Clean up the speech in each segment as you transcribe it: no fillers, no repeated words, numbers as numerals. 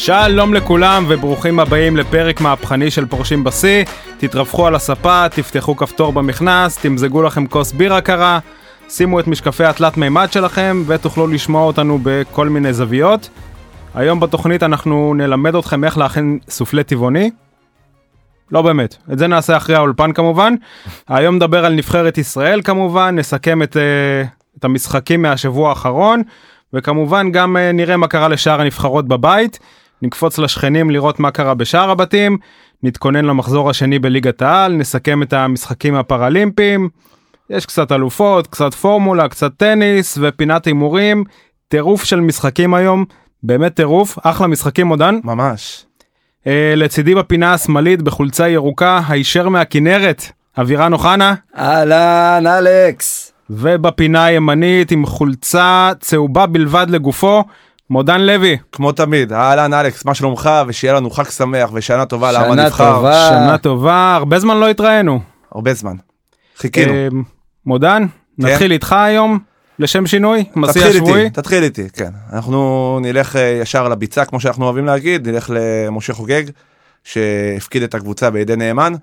שלום לכולם וברוכים הבאים לפרק מהפכני של פורשים בשיא. תתרווחו על הספה, תפתחו כפתור במכנס, תמזגו לכם כוס בירה קרה, שימו את משקפי התלת מימד שלכם ותוכלו לשמוע אותנו בכל מיני זוויות. היום בתוכנית אנחנו נלמד אתכם איך להכין סופלי טבעוני. לא באמת, את זה נעשה אחרי האולפן כמובן. היום נדבר על נבחרת ישראל כמובן, נסכם את המשחקים מהשבוע האחרון, וכמובן גם נראה מה קרה לשאר הנבחרות בבית, נקפוץ לשכנים לראות מה קרה בשאר הבתים, נתכונן למחזור השני בליגת העל, נסכם את המשחקים הפראלימפיים, יש קצת אלופות, קצת פורמולה, קצת טניס ופינת הימורים, טירוף של משחקים היום, באמת טירוף, אחלה משחקים עודן. ממש. לצידי בפינה השמאלית בחולצה ירוקה, הישר מהכנרת, אבירן אוחנה. אהלן אלכס. ובפינה הימנית עם חולצה צהובה בלבד לגופו, מודן לוי. כמו תמיד, אהלן אלכס, מה שלומך, ושיהיה לנו חג שמח ושנה טובה לעם הנבחר. שנה טובה, הרבה זמן לא התראינו. הרבה זמן, חיכינו. מודן, נתחיל איתך היום, לשם שינוי, מסי השבועי. תתחיל איתי, כן. אנחנו נלך ישר לביצה, כמו שאנחנו אוהבים להגיד, נלך למשה חוגג, שהפקיד את הקבוצה בידי נאמן.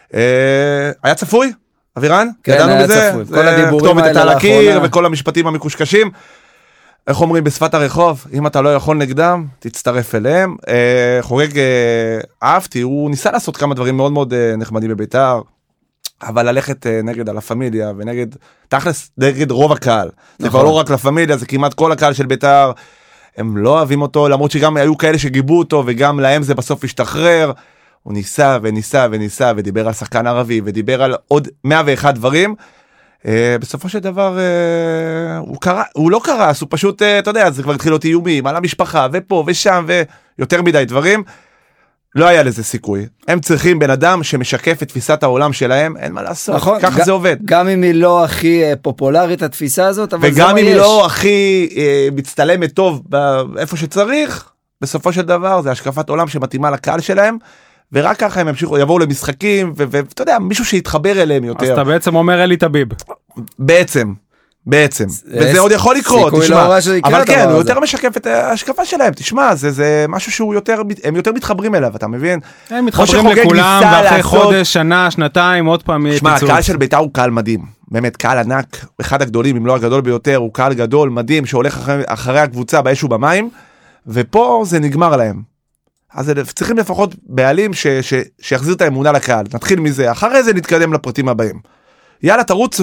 היה צפוי? אבירן? כן, היה צפוי. כל הדיבורים האלה לאחרונה. וכל המשפטים המקושקשים. איך אומרים בשפת הרחוב? אם אתה לא יכול נגדם, תצטרף אליהם. חוגג אהבתי, הוא ניסה לעשות כמה דברים מאוד מאוד נחמדים בביתר, אבל ללכת נגד הלה פמיליה, ונגד, תכלס, נגד רוב הקהל. זה כבר לא רק לה פמיליה, זה כמעט כל הקהל של ביתר. הם לא אוהבים אותו, למרות שגם היו כאלה שגיבו אותו, וגם להם זה בסוף השתחרר. הוא ניסה וניסה וניסה, ודיבר על שחקן ערבי, ודיבר על עוד 101 דברים. בסופו של דבר, הוא לא קרס, הוא פשוט, אתה יודע, זה כבר התחיל להיות איומים, על המשפחה, ופה ושם, ויותר מדי דברים. לא היה לזה סיכוי. הם צריכים בן אדם שמשקף את תפיסת העולם שלהם, אין מה לעשות. נכון, ככה זה עובד. גם אם היא לא הכי פופולרית התפיסה הזאת, אבל זה מה יש. וגם אם היא לא הכי מצטלמת טוב איפה שצריך, בסופו של דבר זה השקפת עולם שמתאימה לקהל שלהם, ורק ככה הם ימשיכו, יבואו למשחקים, ואתה יודע, מישהו שיתחבר אליהם יותר. אז אתה בעצם אומר אלי טביב. בעצם, וזה עוד יכול לקרות, תשמע, אבל כן, הוא יותר משקף את ההשקפה שלהם, תשמע, זה משהו שהוא יותר, הם יותר מתחברים אליו, אתה מבין? הם מתחברים לכולם, ואחרי חודש, שנה, שנתיים, עוד פעם, תשמע, הקהל של בית"ר הוא קהל מדהים, באמת, קהל ענק, אחד הגדולים, אם לא הגדול ביותר, הוא קהל גדול, מדהים, שהולך אחרי הקבוצה באש ובמים, ופה זה נגמר להם. אז צריכים לפחות בעלים שיחזיר את האמונה לקהל, נתחיל מזה, אחרי זה נתקדם לפרטים הבאים. יאללה, תרוצו.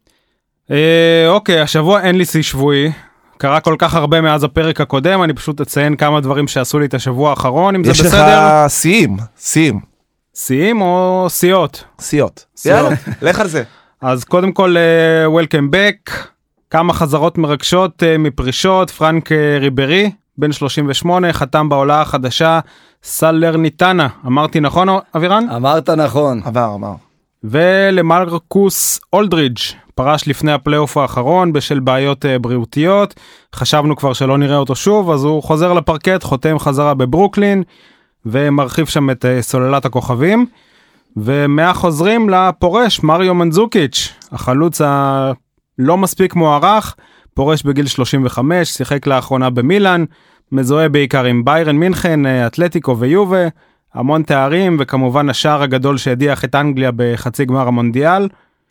אוקיי, השבוע אין לי שיא שבועי, קרה כל כך הרבה מאז הפרק הקודם, אני פשוט אציין כמה דברים שעשו לי את השבוע האחרון, אם זה בסדר. יש לך סיים. סיים או סיעות? סיעות. יאללה, לך על זה. אז קודם כל, welcome back, כמה חזרות מרגשות מפרישות, פרנק ריברי, בן 38, חתם בעולה החדשה, סלרניטנה, אמרתי נכון אבירן? אמרת נכון. אמר. ולמרקוס אולדרידג' פרש לפני הפלייאוף האחרון בשל בעיות בריאותיות, חשבנו כבר שלא נראה אותו שוב, אז הוא חוזר לפרקט, חותם חזרה בברוקלין, ומרחיב שם את סוללת הכוכבים, ומהחוזרים לפורש, מריו מנזוקיץ', החלוץ הלא מספיק מוערך, פורש בגיל 35, שיחק לאחרונה במילאן, מזוהה בעיקר עם ביירן מינכן, אתלטיקו ויובה, המון תארים, וכמובן השער הגדול שהדיח את אנגליה בחצי גמר המונדיאל.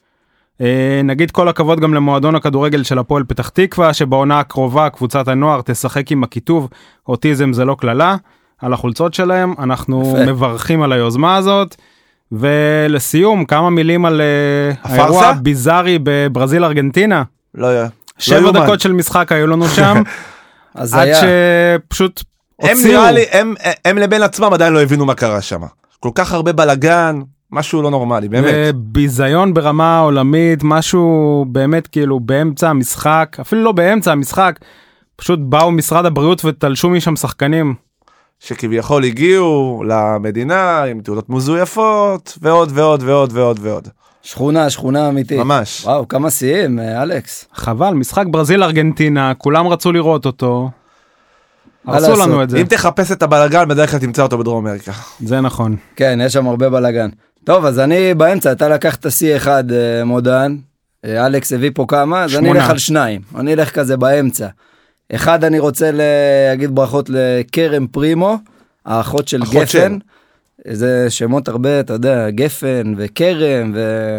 נגיד כל הכבוד גם למועדון הכדורגל של הפועל פתח תקווה, שבעונה הקרובה קבוצת הנוער תשחק עם הכיתוב, אוטיזם זה לא כללה, על החולצות שלהם, אנחנו מברכים על היוזמה הזאת, ולסיום, כמה מילים על האירוע הביזארי בברזיל ארגנטינה. לא היה. 7 דקות של משחק היו לנו שם, עד שפשוט הוציאו. הם לבין עצמם עדיין לא הבינו מה קרה שם. כל כך הרבה בלגן, משהו לא נורמלי, באמת. ביזיון ברמה עולמית, משהו באמת כאילו באמצע המשחק, אפילו לא באמצע המשחק, פשוט באו משרד הבריאות ותלשו משם שחקנים. שכביכול הגיעו למדינה עם תעודות מזויפות, ועוד ועוד ועוד ועוד ועוד. שכונה אמיתית. ממש. וואו, כמה שיאים, אלכס. חבל, משחק ברזיל ארגנטינה, כולם רצו לראות אותו. הרסו לנו את זה. אם תחפש את הבלגן, בדרך כלל תמצא אותו בדרום אמריקה. זה נכון. כן, יש שם הרבה בלגן. טוב, אז אני באמצע, אתה לקחת C1 מודן, אלכס הביא פה כמה, אז אני אלך על 2. אני אלך כזה באמצע. אחד, אני רוצה להגיד ברכות לקרם פרימו, האחות של גפן. זה שמות הרבה, אתה יודע, גפן וקרם,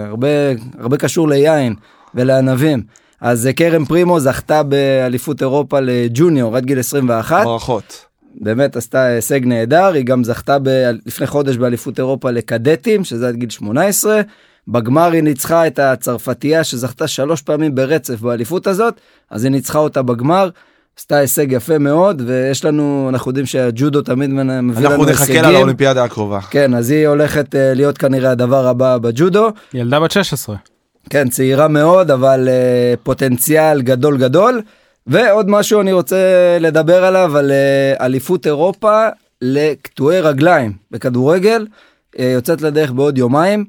והרבה קשור ליין ולענבים. אז קרם פרימו זכתה באליפות אירופה לג'וניור עד גיל 21. ברכות. באמת עשתה הישג נהדר, היא גם זכתה לפני חודש באליפות אירופה לקדטים, שזה עד גיל 18. בגמר היא ניצחה את הצרפתייה שזכתה 3 פעמים ברצף באליפות הזאת, אז היא ניצחה אותה בגמר, עשתה הישג יפה מאוד, ויש לנו, אנחנו יודעים שהג'ודו תמיד מביא לנו הישגים. אנחנו נחכה לה לאולימפיאדה הקרובה. כן, אז היא הולכת להיות כנראה הדבר הבא בג'ודו. ילדה בת 16. כן, צעירה מאוד, אבל פוטנציאל גדול גדול. ועוד משהו אני רוצה לדבר עליו, על אליפות אירופה לקטועי רגליים בכדורגל, יוצאת לדרך בעוד יומיים.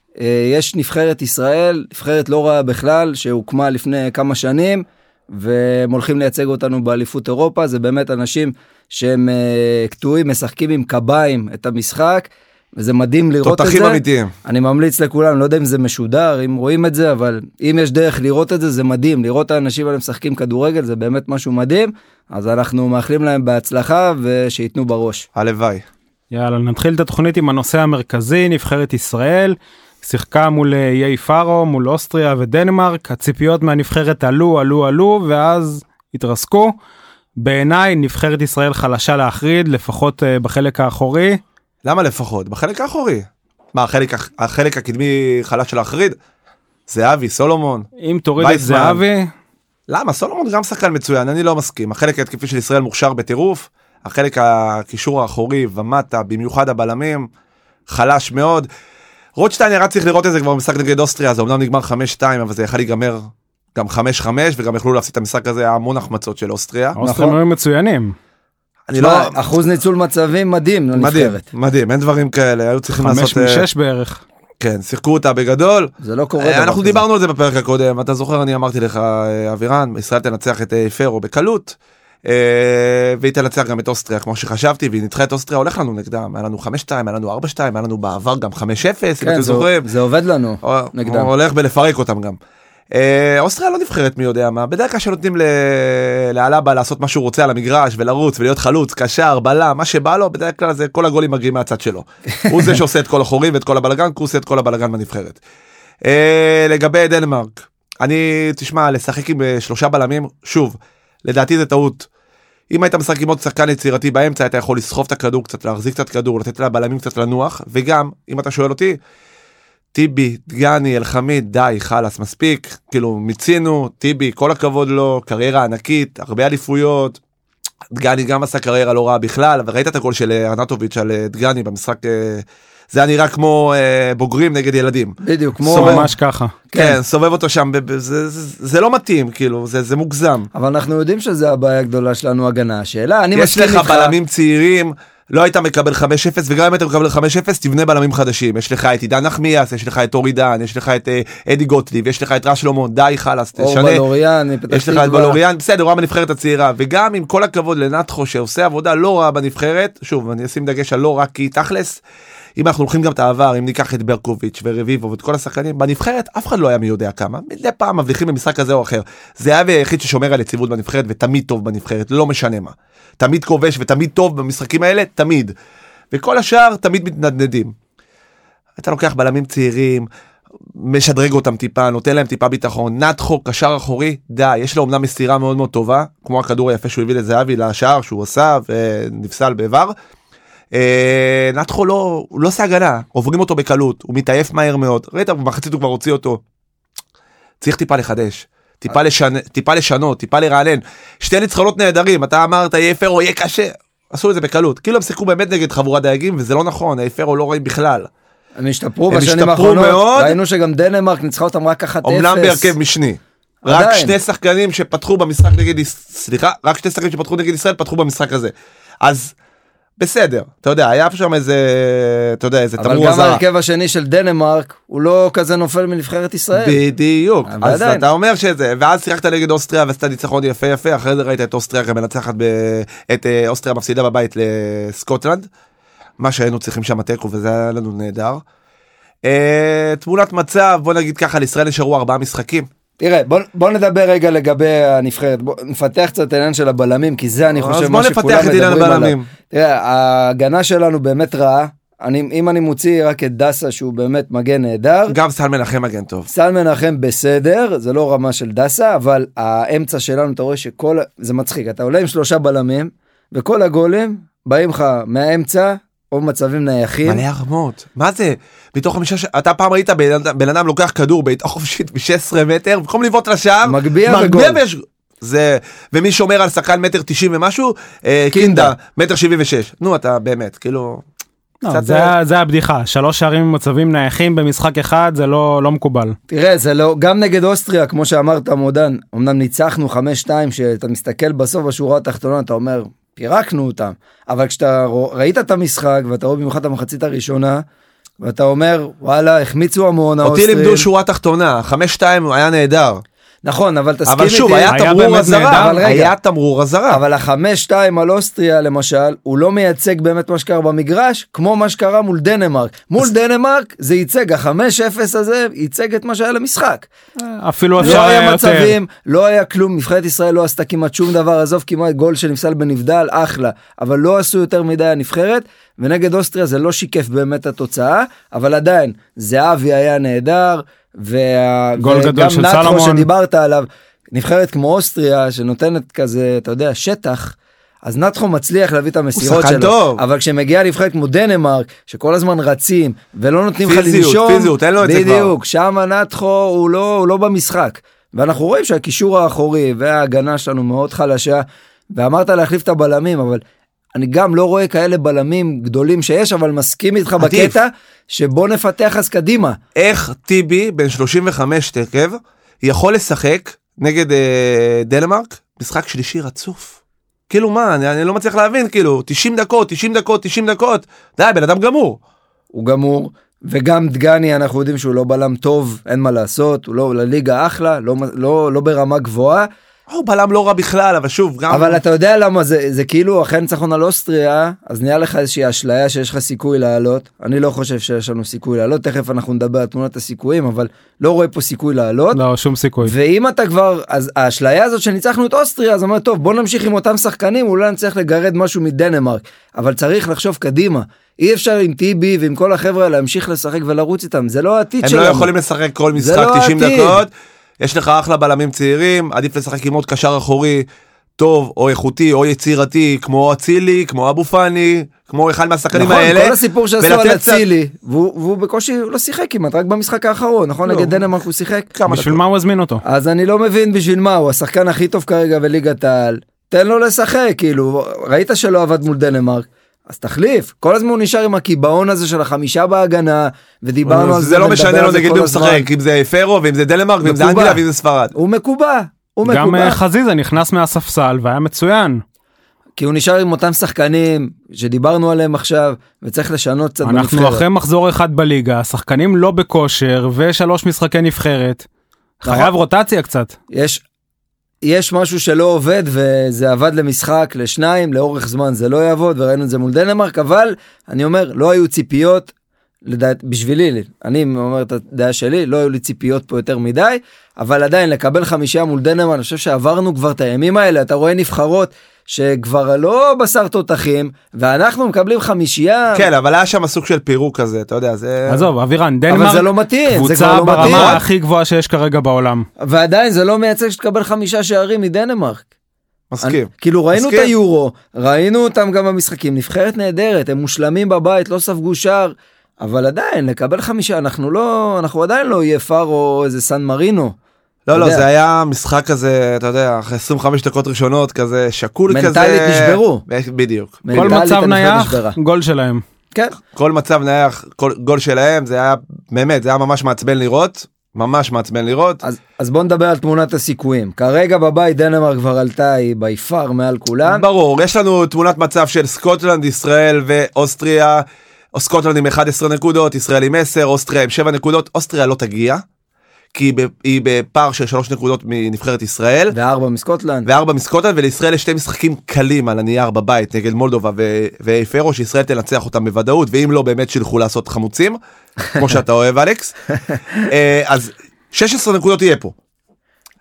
יש נבחרת ישראל, נבחרת לא רעה בכלל, שהוקמה לפני כמה שנים, והם הולכים לייצג אותנו באליפות אירופה. זה באמת אנשים שהם קטועים, משחקים עם קביים את המשחק, וזה מדהים לראות את זה. תותחים אמיתיים. אני ממליץ לכולם, לא יודע אם זה משודר, אם רואים את זה, אבל אם יש דרך לראות את זה, זה מדהים. לראות את האנשים האלה משחקים כדורגל, זה באמת משהו מדהים. אז אנחנו מאחלים להם בהצלחה, ושיתנו בראש. הלוואי. יאללה, נתחיל את התוכנית עם הנושא המרכזי, נבחרת ישראל. שיחקה מול איי פארו, מול אוסטריה ודנמרק. הציפיות מהנבחרת עלו, ואז התרסקו. בעיניי, נבחרת ישראל חלשה להחריד, לפחות בחלק האחורי. למה לפחות? בחלק האחורי. מה, החלק הקדמי חלש של האחריד? זהבי, סולומון. אם תוריד את זהבי... למה? סולומון גם שחקן מצוין, אני לא מסכים. החלק ההתקפי של ישראל מוכשר בטירוף, החלק הקישור האחורי ומטה, במיוחד הבלמים, חלש מאוד. רוטשטיין ירד צריך לראות את זה כבר במשחק נגד אוסטריה, זה אומנם נגמר 5-2, אבל זה יכול להיגמר גם 5-5, וגם יכלו להפסיד את המשחק הזה, היה המון החמצות של אוסטריה. אוסטריה היו מצוינים. אחוז ניצול מצבים מדהים. מדהים, אין דברים כאלה, היו צריכים לעשות... 5 מ-6 בערך. כן, שיחקו אותה בגדול. זה לא קורה. אנחנו דיברנו על זה בפרק הקודם, אתה זוכר, אני אמרתי לך, אבירן, ישראל תנצח את פרו בקלות, והיא תנצח גם את אוסטריה, כמו שחשבתי, והיא נדחה את אוסטריה, הולך לנו נגדם, היה לנו 5-2, היה לנו 4-2, היה לנו בעבר גם 5-0, אם אתם זוכרים. זה עובד לנו נגדם. הולך בלפרק אותם גם. אוסטריה לא נבחרת מי יודע מה, בדרך כלל שנותנים לאלאבה לעשות מה שהוא רוצה על המגרש ולרוץ ולהיות חלוץ, קשר, בלם, מה שבא לו, בדרך כלל זה כל הגולים מגיעים מהצד שלו. הוא זה שעושה את כל החורים ואת כל הבלגן, הוא עושה את כל הבלגן בנבחרת. לגבי דנמרק, תשמע, לשחק עם 3 בלמים, שוב, לדעתי זה טעות. אם היית משחק עם עוד שחקן יצירתי באמצע, אתה יכול לסחוב את הכדור קצת, להחזיק קצת כדור, לתת לבלמים קצת לנוח, וגם, אם אתה שואל אותי, טיבי, דגני, אלחמיד, די, חלס, מספיק, כאילו מיצינו, טיבי, כל הכבוד לו, קריירה ענקית, הרבה אליפויות, דגני גם עשה קריירה לא רעה בכלל, וראית את הכל של ארנטוביץ' על דגני במשחק, זה היה נראה כמו בוגרים נגד ילדים. בדיוק, כמו... ממש ככה. כן, סובב אותו שם, זה לא מתאים, כאילו, זה מוגזם. אבל אנחנו יודעים שזה הבעיה הגדולה שלנו, הגנה. השאלה, אני מסכים איתך. יש לך בלמים צעירים, לא היית מקבל 5-0, וגם אם היית מקבל 5-0, תבנה בלמים חדשים. יש לך את עידן נחמיאס, יש לך את אורי דן, יש לך את אדי גוטליב, יש לך את רז שלמה, די חלאס, תשנה. יש לך את בלוריאן, בסדר, הוא ראה בנבחרת הצעירה, וגם עם כל הכבוד לנתחו שעושה עבודה לא רעה בנבחרת, שוב, אני אשים דגש על לא רק כי תכלס, אם אנחנו לוקחים גם את העבר, אם ניקח את ברקוביץ' ורביבו ואת כל השחקנים, בנבחרת אף אחד לא היה מי יודע כמה, מדי פעם מבליחים במשחק הזה או אחר. זה היה היחיד ששומר על יציבות בנבחרת ותמיד טוב בנבחרת, לא משנה מה. תמיד כובש ותמיד טוב במשחקים האלה, תמיד. וכל השאר תמיד מתנדנדים. אתה לוקח בלמים צעירים, משדרג אותם טיפה, נותן להם טיפה ביטחון, נתחו, קשר אחורי, די, יש לו אומנם מסירה מאוד מאוד טובה, כמו הכדור היפה שהוא הביא לזהבי לשער שהוא עשה ונפסל בעבר. נתחו לא עושה הגנה, עוברים אותו בקלות, הוא מתעייף מהר מאוד, ראית, במחצית הוא כבר הוציא אותו, צריך טיפה לחדש, טיפה לשנות, טיפה לרענן, 2 ניצחונות נהדרים, אתה אמרת יהיה פרו, יהיה קשה, עשו את זה בקלות, כאילו הם שיחקו באמת נגד חבורת דייגים, וזה לא נכון, יהיה פרו לא רואים בכלל. הם השתפרו בשנים האחרונות, ראינו שגם דנמרק ניצחה אותם רק 1-0. אומנם בהרכב משני, רק 2 שחקנים שפתחו במשחק נגד, סליחה, רק 2 שחקנים שפתחו נגד ישראל, פתחו במשחק הזה, אז בסדר, אתה יודע, היה שם איזה, אתה יודע, איזה תמרור הזרה. אבל גם ההרכב השני של דנמרק, הוא לא כזה נופל מנבחרת ישראל. בדיוק, אז אתה אומר שזה, ואז שיחקת נגד אוסטריה, ועשתה ניצחון יפה יפה, אחרי זה ראית את אוסטריה גם מנצחת, את אוסטריה מפסידה בבית לסקוטלנד, מה שהיינו צריכים שם תיקו, וזה היה לנו נהדר. תמונת מצב, בוא נגיד ככה, לישראל נשארו 4 משחקים, תראה, בוא נדבר רגע לגבי הנבחרת, בוא נפתח קצת העניין של הבלמים, כי זה אני חושב מה שכולם מדברים עליו. תראה, ההגנה שלנו באמת רעה, אם אני מוציא רק את דסה שהוא באמת מגן נהדר. גם סל מנחם מגן טוב. סל מנחם בסדר, זה לא רמה של דסה, אבל האמצע שלנו, אתה רואה זה מצחיק, אתה עולה עם 3 בלמים, וכל הגולים באים לך מהאמצע, או מצבים נייחים. מלא הרמות. מה זה? מתוך 5, אתה פעם ראית בן אדם לוקח כדור בעיטה חופשית ב-16 מטר, במקום לבעוט לשער, מגביה וגול. זה, ומי שומר על שחקן 1.90 ומשהו, קינדה, 1.76. נו, אתה באמת, כאילו... זה הבדיחה, 3 שערים עם מצבים נייחים במשחק אחד, זה לא מקובל. תראה, זה לא, גם נגד אוסטריה, כמו שאמרת מודן, אמנם ניצחנו 5-2, שאתה מסתכל בסוף בשורה התחתונה, אתה אומר, פירקנו אותם, אבל כשאתה ראית את המשחק, ואתה רואה במיוחד את המחצית הראשונה, ואתה אומר, וואלה, החמיצו המון האוסטרים. אותי לימדו שורה תחתונה, 5-2 היה נהדר. נכון, אבל תסכים איתי. אבל שוב, היה תמרור הזרה. אבל 5-2 על אוסטריה למשל, הוא לא מייצג באמת מה שקרה במגרש, כמו מה שקרה מול דנמרק. מול דנמרק זה ייצג, 5-0 הזה ייצג את מה שהיה למשחק. אפילו לא היה מצבים, לא היה כלום, נבחרת ישראל לא עשתה כמעט שום דבר, עזוב כמעט גול שנפסל בנבדל, אחלה. אבל לא עשו יותר מדי הנבחרת, ונגד אוסטריה זה לא שיקף באמת התוצאה, אבל עדיין, זהבי היה נהדר, וגם נטחו שדיברת עליו, נבחרת כמו אוסטריה שנותנת כזה, אתה יודע, שטח, אז נטחו מצליח להביא את המסירות שלו, טוב. אבל כשמגיע נבחרת כמו דנמרק, שכל הזמן רצים, ולא נותנים לך לנשום, פיזיות, אין לו את זה כבר. בדיוק, שם נטחו הוא לא במשחק, ואנחנו רואים שהקישור האחורי וההגנה שלנו מאוד חלשה, ואמרת להחליף את הבלמים, אבל אני גם לא רואה כאלה בלמים גדולים שיש, אבל מסכים איתך בקטע, שבוא נפתח אז קדימה. איך טיבי, בן 35 תקב, יכול לשחק נגד דנמרק, משחק שלישי רצוף? כאילו מה, אני לא מצליח להבין, כאילו, 90 דקות, די, בן אדם גמור. הוא גמור, וגם דגני, אנחנו יודעים שהוא לא בלם טוב, אין מה לעשות, הוא לא לליגה אחלה, לא ברמה גבוהה, הוא בלם לא רע בכלל, אבל שוב, גם... אבל אתה יודע למה, זה כאילו, אחרי ניצחון על אוסטריה, אז נהיה לך איזושהי אשליה שיש לך סיכוי לעלות, אני לא חושב שיש לנו סיכוי לעלות, תכף אנחנו נדבר על תמונת הסיכויים, אבל לא רואה פה סיכוי לעלות. לא, שום סיכוי. ואם אתה כבר, אז האשליה הזאת שניצחנו את אוסטריה, אז אומר, טוב, בוא נמשיך עם אותם שחקנים, אולי נצטרך לגרד משהו מדנמרק, אבל צריך לחשוב קדימה. אי אפשר עם טיבי ועם כל החבר'ה להמשיך לשחק ולרוץ איתם, זה לא העתיד שלנו. הם לא יכולים לשחק כל משחק 90 דקות. יש לך אחלה בלמים צעירים, עדיף לשחק עם עוד קשר אחורי טוב או איכותי או יצירתי, כמו אצילי, אבו פאני, כמו אחד מהשחקנים האלה. נכון, כל הסיפור שעשו על אצילי, והוא בקושי לא שיחק כמעט, רק במשחק האחרון, נכון? נגד דנמרק הוא שיחק. בשביל מה הוא הזמין אותו? אז אני לא מבין בשביל מה, הוא השחקן הכי טוב כרגע בליגת העל, תן לו לשחק, כאילו, ראית שלא עבד מול דנמרק. אז תחליף, כל הזמן הוא נשאר עם הקיבעון הזה של 5 בהגנה, ודיברנו על זה. זה לא משנה לו נגד מי הוא משחק, אם זה פרו, ואם זה דנמרק, ואם זה אנגליה, ואם זה ספרד. הוא מקובע, גם חזיזה נכנס מהספסל והיה מצוין. כי הוא נשאר עם אותם שחקנים שדיברנו עליהם עכשיו, וצריך לשנות קצת בנבחרת. אנחנו אחרי מחזור אחד בליגה, שחקנים לא בכושר, ו3 משחקי נבחרת. חייב רוטציה קצת. יש משהו שלא עובד, וזה עבד למשחק, לשניים, לאורך זמן זה לא יעבוד, וראינו את זה מול דנמרק, אבל אני אומר, לא היו ציפיות, בשבילי, אני אומר את הדעה שלי, לא היו לי ציפיות פה יותר מדי, אבל עדיין לקבל 5 מול דנמרק, אני חושב שעברנו כבר את הימים האלה, אתה רואה נבחרות שכבר לא בשר תותחים, ואנחנו מקבלים 5. כן, אבל היה שם סוג של פירוק כזה, אתה יודע, זה... עזוב, אבירן, דנמרק, אבל זה לא מתאים, קבוצה ברמה הכי גבוהה שיש כרגע בעולם. ועדיין זה לא מייצג שתקבל 5 שערים מדנמרק. מסכים. כאילו ראינו את היורו, ראינו אותם גם במשחקים, נבחרת נהדרת, הם מושלמים בבית, לא ספגו שער, אבל עדיין, לקבל 5, אנחנו עדיין לא יהיה פארו או איזה סן מרינו. לא, זה היה משחק כזה, אתה יודע, אחרי 25 דקות ראשונות, כזה שקול כזה. מנטלית נשברו. בדיוק. כל מצב נייח, גול שלהם. כן. כל מצב נייח, גול שלהם, זה היה, באמת, זה היה ממש מעצבן לראות. ממש מעצבן לראות. אז בוא נדבר על תמונת הסיכויים. כרגע בבית דנמרק כבר עלתה, היא ביפר מעל כולם. ברור, יש לנו תמונת מצב של סקוטלנד, ישראל ואוסטריה. סקוטלנד עם 11 נקודות, ישראל עם 10, אוסטריה עם 7 נקודות. אוסטריה לא תגיע, כי היא בפער של 3 נקודות מנבחרת ישראל. ו4 מסקוטלנד, ולישראל יש 2 משחקים קלים על הנייר בבית, נגד מולדובה ואיפרו, שישראל תנצח אותם בוודאות, ואם לא באמת שילכו לעשות חמוצים, כמו שאתה אוהב אלכס. אז 16 נקודות יהיה פה.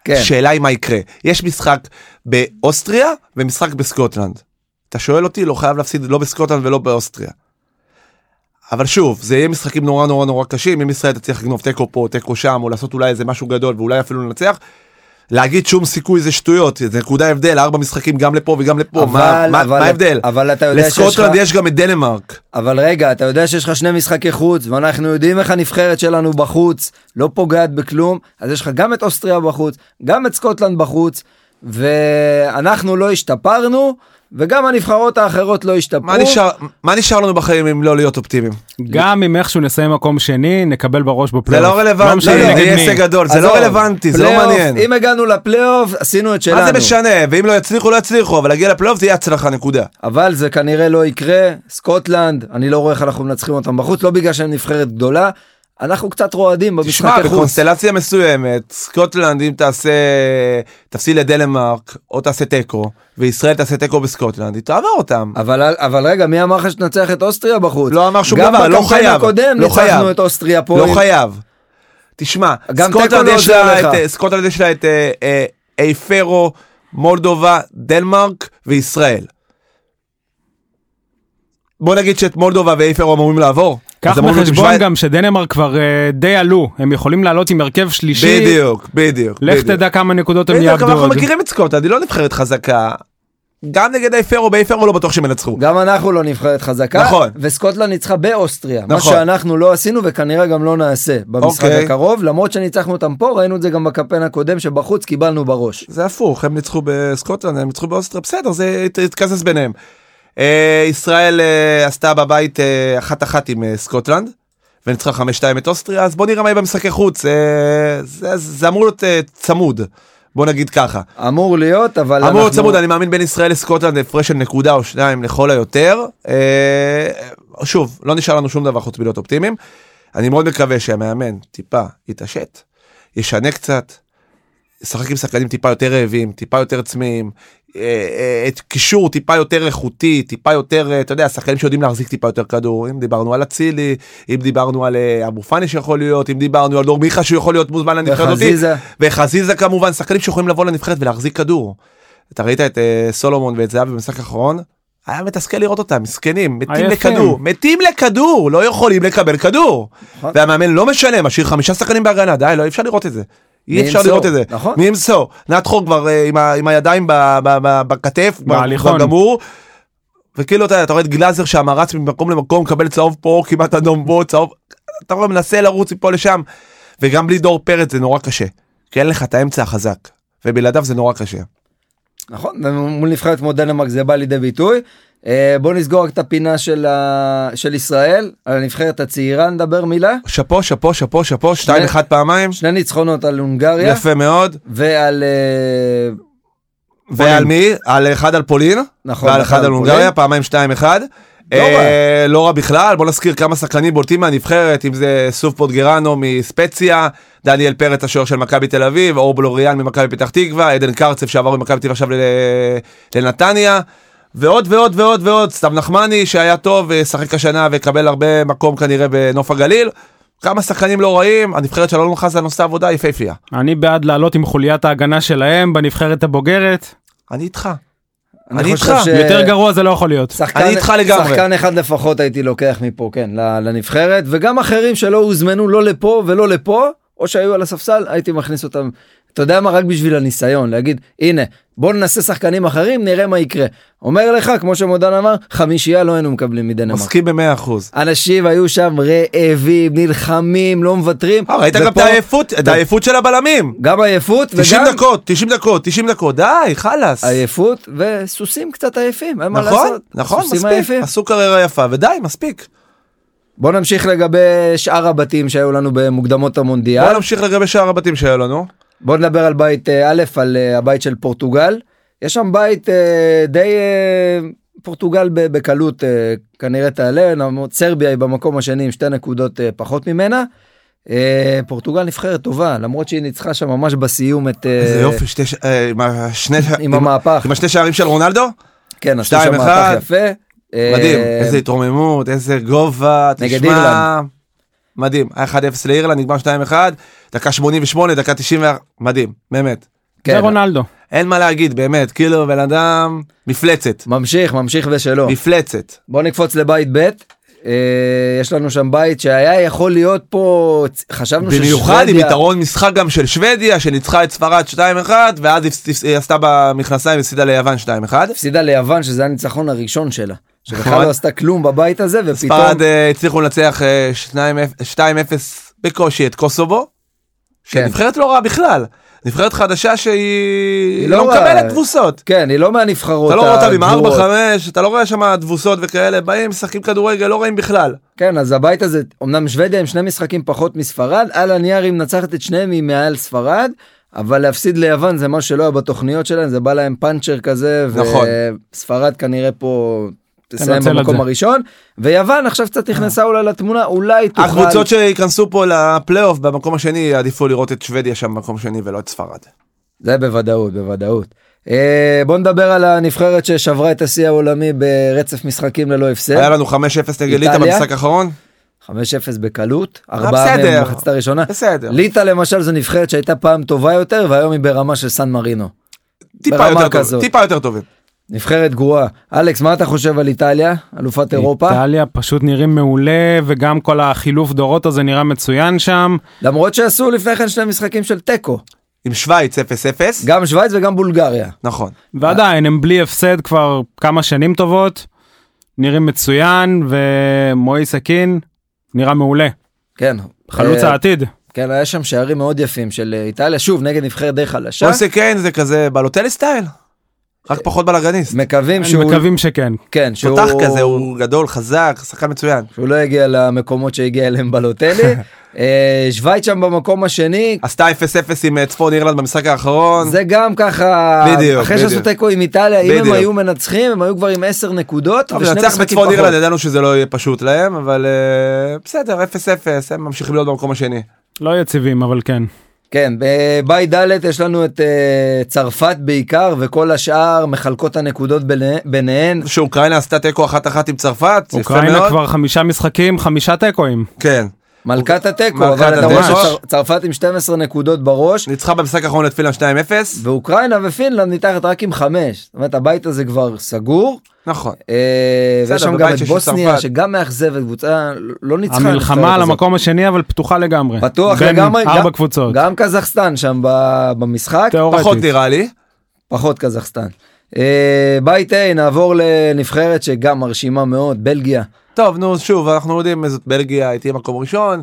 כן. שאלה היא מה יקרה. יש משחק באוסטריה ומשחק בסקוטלנד. אתה שואל אותי, לא חייב להפסיד לא בסקוטלנד ולא באוסטריה. אבל שוב, זה יהיה משחקים נורא נורא נורא קשים, אם ישראל תצליח לגנוב תיקו פה, תיקו שם, או לעשות אולי איזה משהו גדול, ואולי אפילו לנצח, להגיד שום סיכוי זה שטויות, זה נקודה הבדל, 4 משחקים גם לפה וגם לפה, מה ההבדל? אבל אתה יודע לסקוטלנד יש גם את דנמרק. אבל רגע, אתה יודע שיש לך 2 משחקי חוץ, ואנחנו יודעים איך הנבחרת שלנו בחוץ, לא פוגעת בכלום, אז יש לך גם את אוסטריה בחוץ, גם את סקוטלנד בחוץ, ואנחנו לא השתפרנו, וגם הנבחרות האחרות לא השתפרו. מה נשאר לנו בחיים אם לא להיות אופטימיים? גם אם איכשהו נסיים מקום שני, נקבל בראש בפלייאוף. זה לא רלוונטי, זה יהיה הישג גדול, זה לא רלוונטי, זה לא מעניין. אם הגענו לפלייאוף, עשינו את שלנו. מה זה משנה? ואם לא יצליחו, לא יצליחו, אבל להגיע לפלייאוף זה יהיה הצלחה, נקודה. אבל זה כנראה לא יקרה. סקוטלנד, אני לא רואה איך אנחנו מנצחים אותם בחוץ, לא בגלל שהם נבחרת גדולה, אנחנו קצת רועדים במשחקי חוץ. תשמע, בקונסטלציה מסוימת, סקוטלנד אם תפסיד לדנמרק, או תעשה תיקו, וישראל תעשה תיקו בסקוטלנד, היא תעבר אותם. אבל רגע, מי אמר לך שתנצח את אוסטריה בחוץ? לא אמר שום דבר, לא חייב. גם בקמפיין הקודם ניצחנו את אוסטריה פה. לא חייב. תשמע, סקוטלנד יש לה את אייפרו, מולדובה, דנמרק וישראל. בוא נגיד שאת מולדובה ואייפרו אמורים לעבור. כך בחשבון גם שדנמרק כבר די עלו, הם יכולים לעלות עם הרכב שלישי. בדיוק. לך תדע כמה נקודות הם יאבדו. אנחנו מכירים את סקוטלנד, היא לא נבחרת חזקה. גם נגד אייפרו, באייפרו לא בטוח שהם ינצחו. גם אנחנו לא נבחרת חזקה. נכון. וסקוטלנד ניצחה באוסטריה. מה שאנחנו לא עשינו וכנראה גם לא נעשה במשחק הקרוב, למרות שניצחנו אותם פה, ראינו את זה גם בקמפיין הקודם שבחוץ קיבלנו בראש. זה הפוך, הם ניצחו בסקוטלנד, הם ניצחו באוסטריה, בסדר, זה התקזז ביניהם. ישראל עשתה בבית 1-1 עם סקוטלנד וניצחה 5-2 את אוסטריה, אז בוא נראה מה יהיה במשחקי חוץ. זה אמור להיות צמוד, בוא נגיד ככה. אמור להיות, אבל אמור להיות צמוד, אני מאמין בין ישראל לסקוטלנד הפרש של נקודה או 2 לכל היותר. שוב, לא נשאר לנו שום דבר חוץ מלהיות אופטימיים. אני מאוד מקווה שהמאמן טיפה יתעשת, ישנה קצת, ישחק עם שחקנים טיפה יותר רעבים, טיפה יותר צמאים, את קישור טיפה יותר איכותי, טיפה יותר, אתה יודע, שחקנים שיודעים להחזיק טיפה יותר כדור, אם דיברנו על אצילי, אם דיברנו על אבו פאני שיכול להיות, אם דיברנו על דור מיכה שיכול להיות מוזמן לנבחרת אותי, וחזיזה כמובן, שחקנים שיכולים לבוא לנבחרת ולהחזיק כדור. אתה ראית את סולומון ואת זהבי במשחק האחרון, היה מתסכל לראות אותם, מסכנים, מתים לכדור, לא יכולים לקבל כדור, והמאמן לא משנה, משאיר 5 שחקנים בהגנה, די, לא אפשר לראות את זה. אי אפשר לראות את זה. מי ימסור? נתחור כבר עם הידיים בכתף, כבר גמור, וכאילו אתה רואה את גלאזר שהמרץ ממקום למקום, מקבל צהוב פה, כמעט אדום בו, צהוב, אתה רואה מנסה לרוץ מפה לשם, וגם בלי דור פרץ זה נורא קשה, כי אין לך את האמצע החזק, ובלעדיו זה נורא קשה. נכון, ומול נבחרת כמו דנמרק זה בא לידי ביטוי. בוא נסגור את הפינה של ישראל, על הנבחרת הצעירה נדבר מילה. שפו, 2-1 פעמיים. 2 ניצחונות על הונגריה. יפה מאוד. ועל מי? על 1 על פולין. נכון. ועל 1 על הונגריה, פעמיים 2-1. לא רע בכלל, בוא נזכיר כמה שחקנים בולטים מהנבחרת, אם זה סוף פוטגרנו מספציה, דניאל פרץ השוער של מכבי תל אביב, אור בלוריאן ממכבי פתח תקווה, עדן קרצב שעבר ממכבי תל אביב עכשיו לנתניה, ועוד ועוד ועוד ועוד, סתיו נחמני שהיה טוב ושחק השנה וקבל הרבה מקום כנראה בנוף הגליל. כמה שחקנים לא רואים, הנבחרת של אלון חזן עושה עבודה יפהפייה. אני בעד לעלות עם חוליית ההגנה שלהם בנבחרת הבוגרת. אני איתך. יותר גרוע זה לא יכול להיות. אני איתך לגמרי. שחקן אחד לפחות הייתי לוקח מפה, כן, לנבחרת, וגם אחרים שלא הוזמנו לא לפה ולא לפה, או שהיו על הספסל, הייתי מכניס אותם, אתה יודע מה, רק בשביל הניסיון, להגיד, הנה, בוא ננסה שחקנים אחרים, נראה מה יקרה. אומר לך, כמו שמודן אמר, 5 לא היינו מקבלים מדנמרק. מסכים ב100%. אנשים היו שם רעבים, נלחמים, לא מוותרים. ראית גם את העייפות של הבלמים. גם העייפות וגם... 90 דקות, די, חלס. עייפות וסוסים קצת עייפים, אין מה לעשות. נכון, מספיק, עשו קריירה יפה, ודי, מספיק. בוא נמשיך לגבי שאר הבתים שהיו לנו במוקדמות המונדיאל. בוא נדבר על בית א', על הבית של פורטוגל. יש שם בית די פורטוגל בקלות כנראה תעלה, סרביה היא במקום השני עם 2 נקודות פחות ממנה. פורטוגל נבחרת טובה, למרות שהיא ניצחה שם ממש בסיום את... איזה יופי, עם המהפך. עם 2 שערים של רונלדו? כן, עשו שם מהפך יפה. מדהים, איזה התרוממות, איזה גובה, נגד אירלנד. מדהים, 1-0 לאירלנד, נגמר 2-1, דקה 88, דקה 90, מדהים, באמת. זה רונלדו. אין מה להגיד, באמת, כאילו בן אדם מפלצת. ממשיך ושלו. מפלצת. בוא נקפוץ לבית ב'. יש לנו שם בית שהיה יכול להיות פה, חשבנו במיוחד עם יתרון משחק גם של שוודיה, שניצחה את ספרד 2-1, ואז היא עשתה במכנסיים, הפסידה ליוון 2-1. הפסידה ליוון, שזה הניצחון הראשון שלה. שבכלל לא עשתה כלום בבית הזה, ופתאום... ספרד הצליחו לנצח 2-0 בקושי את קוסובו, שנבחרת לא רעה בכלל. נבחרת חדשה שהיא לא מקבלת תבוסות. כן, היא לא מהנבחרות. אתה לא רואה אותה עם 4-5, אתה לא רואה שם תבוסות וכאלה, באים, משחקים כדורגל, לא רואים בכלל. כן, אז הבית הזה, אמנם שוודיה עם 2 משחקים פחות מספרד, על הנייר היא מנצחת את שניהם היא מעל ספרד, אבל להפסיד ליוון זה מה שלא היה בתוכניות שלהם, זה בא להם פאנצ'ר כזה, וספרד כנראה פה... תסיים במקום הראשון, ויוון עכשיו קצת נכנסה אולי לתמונה, אולי תוכל... הקבוצות שיכנסו פה לפלייאוף במקום השני, עדיפו לראות את שוודיה שם במקום שני ולא את ספרד. זה בוודאות. בוא נדבר על הנבחרת ששברה את השיא העולמי ברצף משחקים ללא הפסד. היה לנו 5-0 נגד ליטא במשחק האחרון. 5-0 בקלות, 4 מהם במחצית הראשונה. בסדר. ליטא למשל זו נבחרת שהייתה פעם טובה יותר, והיום היא ברמה של סן מרינו. טיפה יותר טובים. נבחרת גרועה. אלכס, מה אתה חושב על איטליה? אלופת אירופה? איטליה פשוט נראים מעולה, וגם כל החילוף דורות הזה נראה מצוין שם. למרות שעשו לפני כן 2 משחקים של טקו. עם שוויץ 0-0. גם שוויץ וגם בולגריה. נכון. ועדיין, הם בלי הפסד כבר כמה שנים טובות, נראים מצוין, ומואיס אקין נראה מעולה. כן. חלוץ העתיד. כן, היה שם שערים מאוד יפים של איטליה, שוב, נגד נבחרת די חלשה. מואיס אקין זה כזה בלוטלי סטייל. רק פחות בלגניסט. מקווים שכן. כן, תותח כזה, הוא גדול, חזק, שחקן מצוין. שהוא לא יגיע למקומות שהגיע אליהם בלוטלי. שוויץ שם במקום השני. עשתה 0-0 עם צפון אירלנד במשחק האחרון. זה גם ככה, אחרי שעשו תיקו עם איטליה, אם הם היו מנצחים, הם היו כבר עם 10 נקודות. נצח בצפון אירלנד, ידענו שזה לא יהיה פשוט להם, אבל בסדר, 0-0, הם ממשיכים להיות במקום השני. לא יציבים, אבל כן. כן, בבית ד' יש לנו את צרפת בעיקר, וכל השאר מחלקות הנקודות ביניהן. שאוקראינה עשתה תיקו 1-1 עם צרפת. אוקראינה כבר 5 משחקים, 5 תיקואים. כן. מלכת התיקו, אבל אתה רואה שצרפת עם 12 נקודות בראש. ניצחה במשחק האחרון את פינלנד 2-0. ואוקראינה ופינלנד מתחת רק עם 5. זאת אומרת, הבית הזה כבר סגור. נכון. ויש שם גם את בוסניה, שגם מאכזבת, קבוצה לא ניצחה. המלחמה על המקום השני, אבל פתוחה לגמרי. פתוח לגמרי. 4 קבוצות. גם קזחסטן שם במשחק. פחות נראה לי. פחות קזחסטן. בית A, נעבור לנבחרת שגם מרשימה מאוד, בלגיה. טוב, נו, שוב, אנחנו יודעים, זאת בלגיה, הייתי מקום ראשון,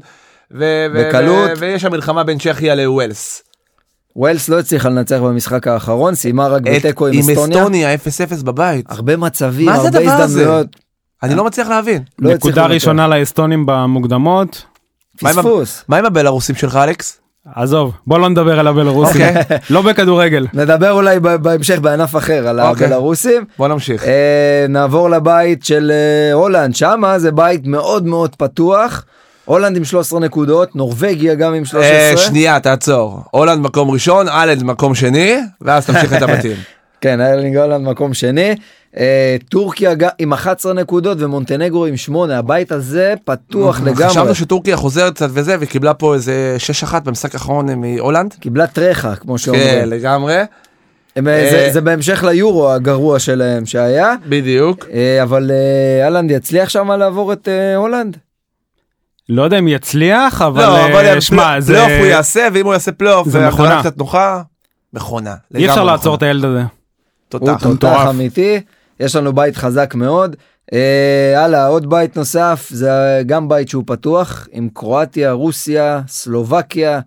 בקלות. ויש שם מלחמה בין צ'כיה לווילס. ווילס לא הצליחה לנצח במשחק האחרון, סיימה רק בתיקו עם אסטוניה. עם אסטוניה, 0-0 בבית. הרבה מצבים, הרבה הזדמנויות. אני לא מצליח להבין. נקודה ראשונה לאסטונים במוקדמות. פספוס. מה עם הבלרוסים שלך, אלכס? עזוב, בוא לא נדבר על הבלרוסים, לא בכדורגל. נדבר אולי בהמשך בענף אחר על הבלרוסים. בוא נמשיך. נעבור לבית של הולנד, שמה זה בית מאוד מאוד פתוח. הולנד עם 13 נקודות, נורווגיה גם עם 13. שנייה, תעצור. הולנד מקום ראשון, ארלנד מקום שני, ואז תמשיך את הבתים. כן, הולנד מקום שני. טורקיה עם 11 נקודות ומונטנגרו עם 8. הבית הזה פתוח לגמרי. חשבנו שטורקיה חוזרת קצת וזה, וקיבלה פה איזה 6-1 במשחק האחרון מהולנד. קיבלה טרחה, כמו שאומרים. כן, לגמרי. זה בהמשך ליורו הגרוע שלהם שהיה. בדיוק. אבל הולנד יצליח שם לעבור את הולנד? לא יודע אם יצליח, אבל שמע, זה... פלייאוף הוא יעשה, ואם הוא יעשה פלייאוף, זה מכונה קצת נוחה, מכונה. אי אפשר לעצור את הילד הזה. הוא תותח אמיתי, יש לנו בית חזק מאוד. הלאה, עוד בית נוסף, זה גם בית שהוא פתוח, עם קרואטיה, רוסיה, סלובקיה,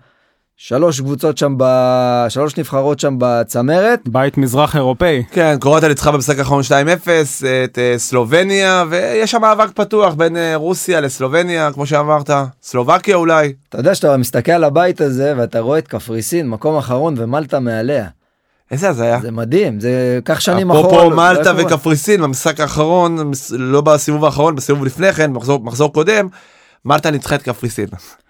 3 קבוצות שם, 3 נבחרות שם בצמרת. בית מזרח אירופאי. כן, קרואטיה ניצחה במשחק האחרון 2-0, את סלובניה, ויש שם מאבק פתוח בין רוסיה לסלובניה, כמו שאמרת, סלובקיה אולי. אתה יודע שאתה מסתכל על הבית הזה, ואתה רואה את קפריסין, מקום אחרון, ומלטה מעליה. איזה זה היה? זה מדהים, זה כך שנים אחורה. אפרופו מלטה וקפריסין, במשחק האחרון, לא בסיבוב האחרון, בסיבוב לפני כן, מחזור קודם, מלטה ניצחה את קפריסין.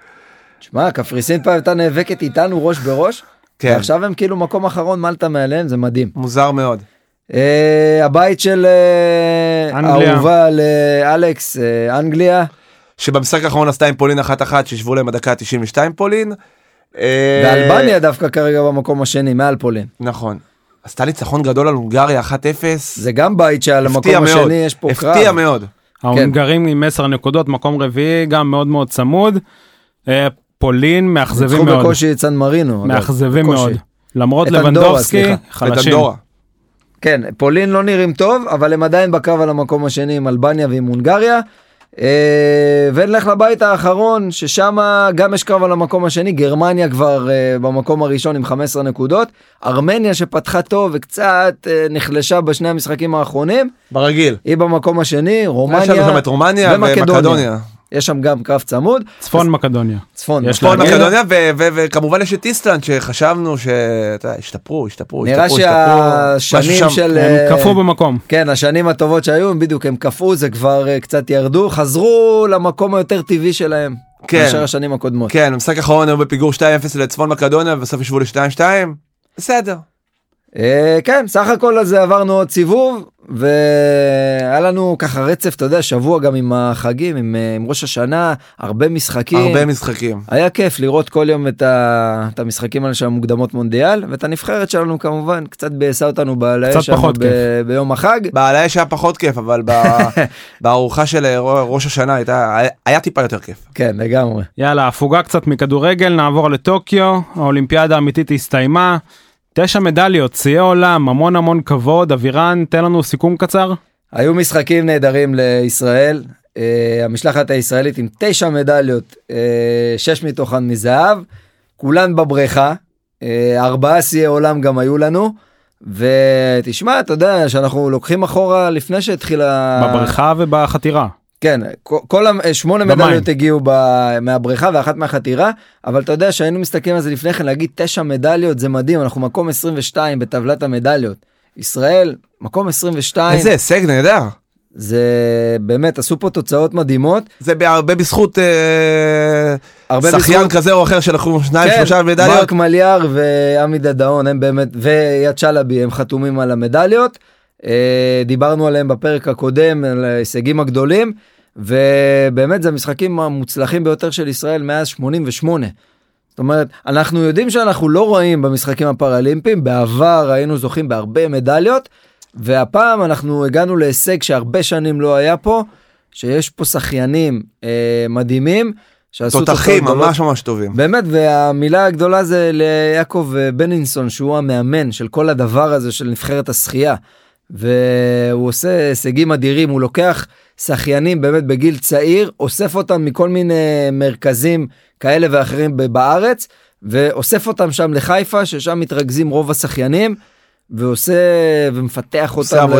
תשמע, קפריסין פעם הייתה נאבקת איתנו ראש בראש, כן. ועכשיו הם כאילו מקום אחרון, מלטה מעליהם, זה מדהים. מוזר מאוד. הבית של האהובה לאלכס, אנגליה. שבמשחק האחרון עשתה עם פולין 1-1, שישבו להם בדקה 92 פולין. ואלבניה דווקא כרגע במקום השני, מעל פולין. נכון. עשתה ניצחון גדול על הונגריה 1-0. זה גם בית שעל המקום השני יש פה קרב. הפתיע מאוד. ההונגרים עם 10 נקודות, מקום רביעי, גם מאוד מאוד צמוד. פולין מאכזבים מאוד. ניצחו בקושי את סן מרינו. מאכזבים מאוד. למרות לבנדובסקי, חלשים. כן, פולין לא נראים טוב, אבל הם עדיין בקרב על המקום השני עם אלבניה ועם הונגריה. ונלך לבית האחרון, ששם גם יש קרב על המקום השני, גרמניה כבר במקום הראשון עם 15 נקודות, ארמניה שפתחה טוב וקצת נחלשה בשני המשחקים האחרונים. ברגיל. היא במקום השני, רומניה. יש לנו שם את רומניה ומקדוניה. יש שם גם קרב צמוד. צפון מקדוניה. צפון מקדוניה, וכמובן יש את איסלנד שחשבנו שהשתפרו. נראה שהשנים של... הם קפו במקום. כן, השנים הטובות שהיו, בדיוק הם קפו, זה כבר קצת ירדו, חזרו למקום היותר טבעי שלהם. מאשר השנים הקודמות. כן, המשחק האחרון היו בפיגור 2-0 לצפון מקדוניה, ובסוף ישבו ל-2-2. בסדר. כן, סך הכל הזה עברנו עוד סיבוב, והיה לנו ככה רצף, אתה יודע, שבוע גם עם החגים, עם ראש השנה, הרבה משחקים. היה כיף לראות כל יום את המשחקים האלה של המוקדמות מונדיאל, ואת הנבחרת שלנו כמובן, קצת בעשה אותנו בעלי שלנו ביום החג. בעלי שהיה פחות כיף, אבל בארוחה של ראש השנה היה טיפה יותר כיף. כן, לגמרי. יאללה, הפוגה קצת מכדורגל, נעבור לטוקיו, האולימפיאדה האמיתית הסתיימה. 9 מדליות, שיאי עולם, המון כבוד. אבירן, תן לנו סיכום קצר. היו משחקים נהדרים לישראל, המשלחת הישראלית עם 9 מדליות, 6 מתוכן מזהב, כולן בבריכה, 4 שיאי עולם גם היו לנו, ותשמע, אתה יודע שאנחנו לוקחים אחורה לפני שהתחילה... בבריכה ובחתירה. כן, כל 8 מדליות הגיעו מהבריכה ואחת מהחתירה, אבל אתה יודע שהיינו מסתכלים על זה לפני כן, להגיד 9 מדליות זה מדהים, אנחנו מקום 22 בטבלת המדליות. ישראל, מקום 22. איזה הישג נהדר. זה באמת, עשו פה תוצאות מדהימות. זה הרבה בזכות שחיין כזה או אחר שלקחו 2-3 מדליות. מרק מליאר ועמי דדאון, הם באמת, ויד שלבי, הם חתומים על המדליות. דיברנו עליהם בפרק הקודם, על ההישגים הגדולים, ובאמת זה המשחקים המוצלחים ביותר של ישראל מאז 88. זאת אומרת, אנחנו יודעים שאנחנו לא רואים במשחקים הפראלימפיים, בעבר היינו זוכים בהרבה מדליות, והפעם אנחנו הגענו להישג שהרבה שנים לא היה פה, שיש פה שחיינים מדהימים, תותחים ממש ממש טובים. באמת, והמילה הגדולה זה ליעקב בנינסון, שהוא המאמן של כל הדבר הזה של נבחרת השחייה, והוא עושה הישגים אדירים, הוא לוקח שחיינים באמת בגיל צעיר, אוסף אותם מכל מיני מרכזים כאלה ואחרים בארץ, ואוסף אותם שם לחיפה, ששם מתרכזים רוב השחיינים, ועושה ומפתח אותם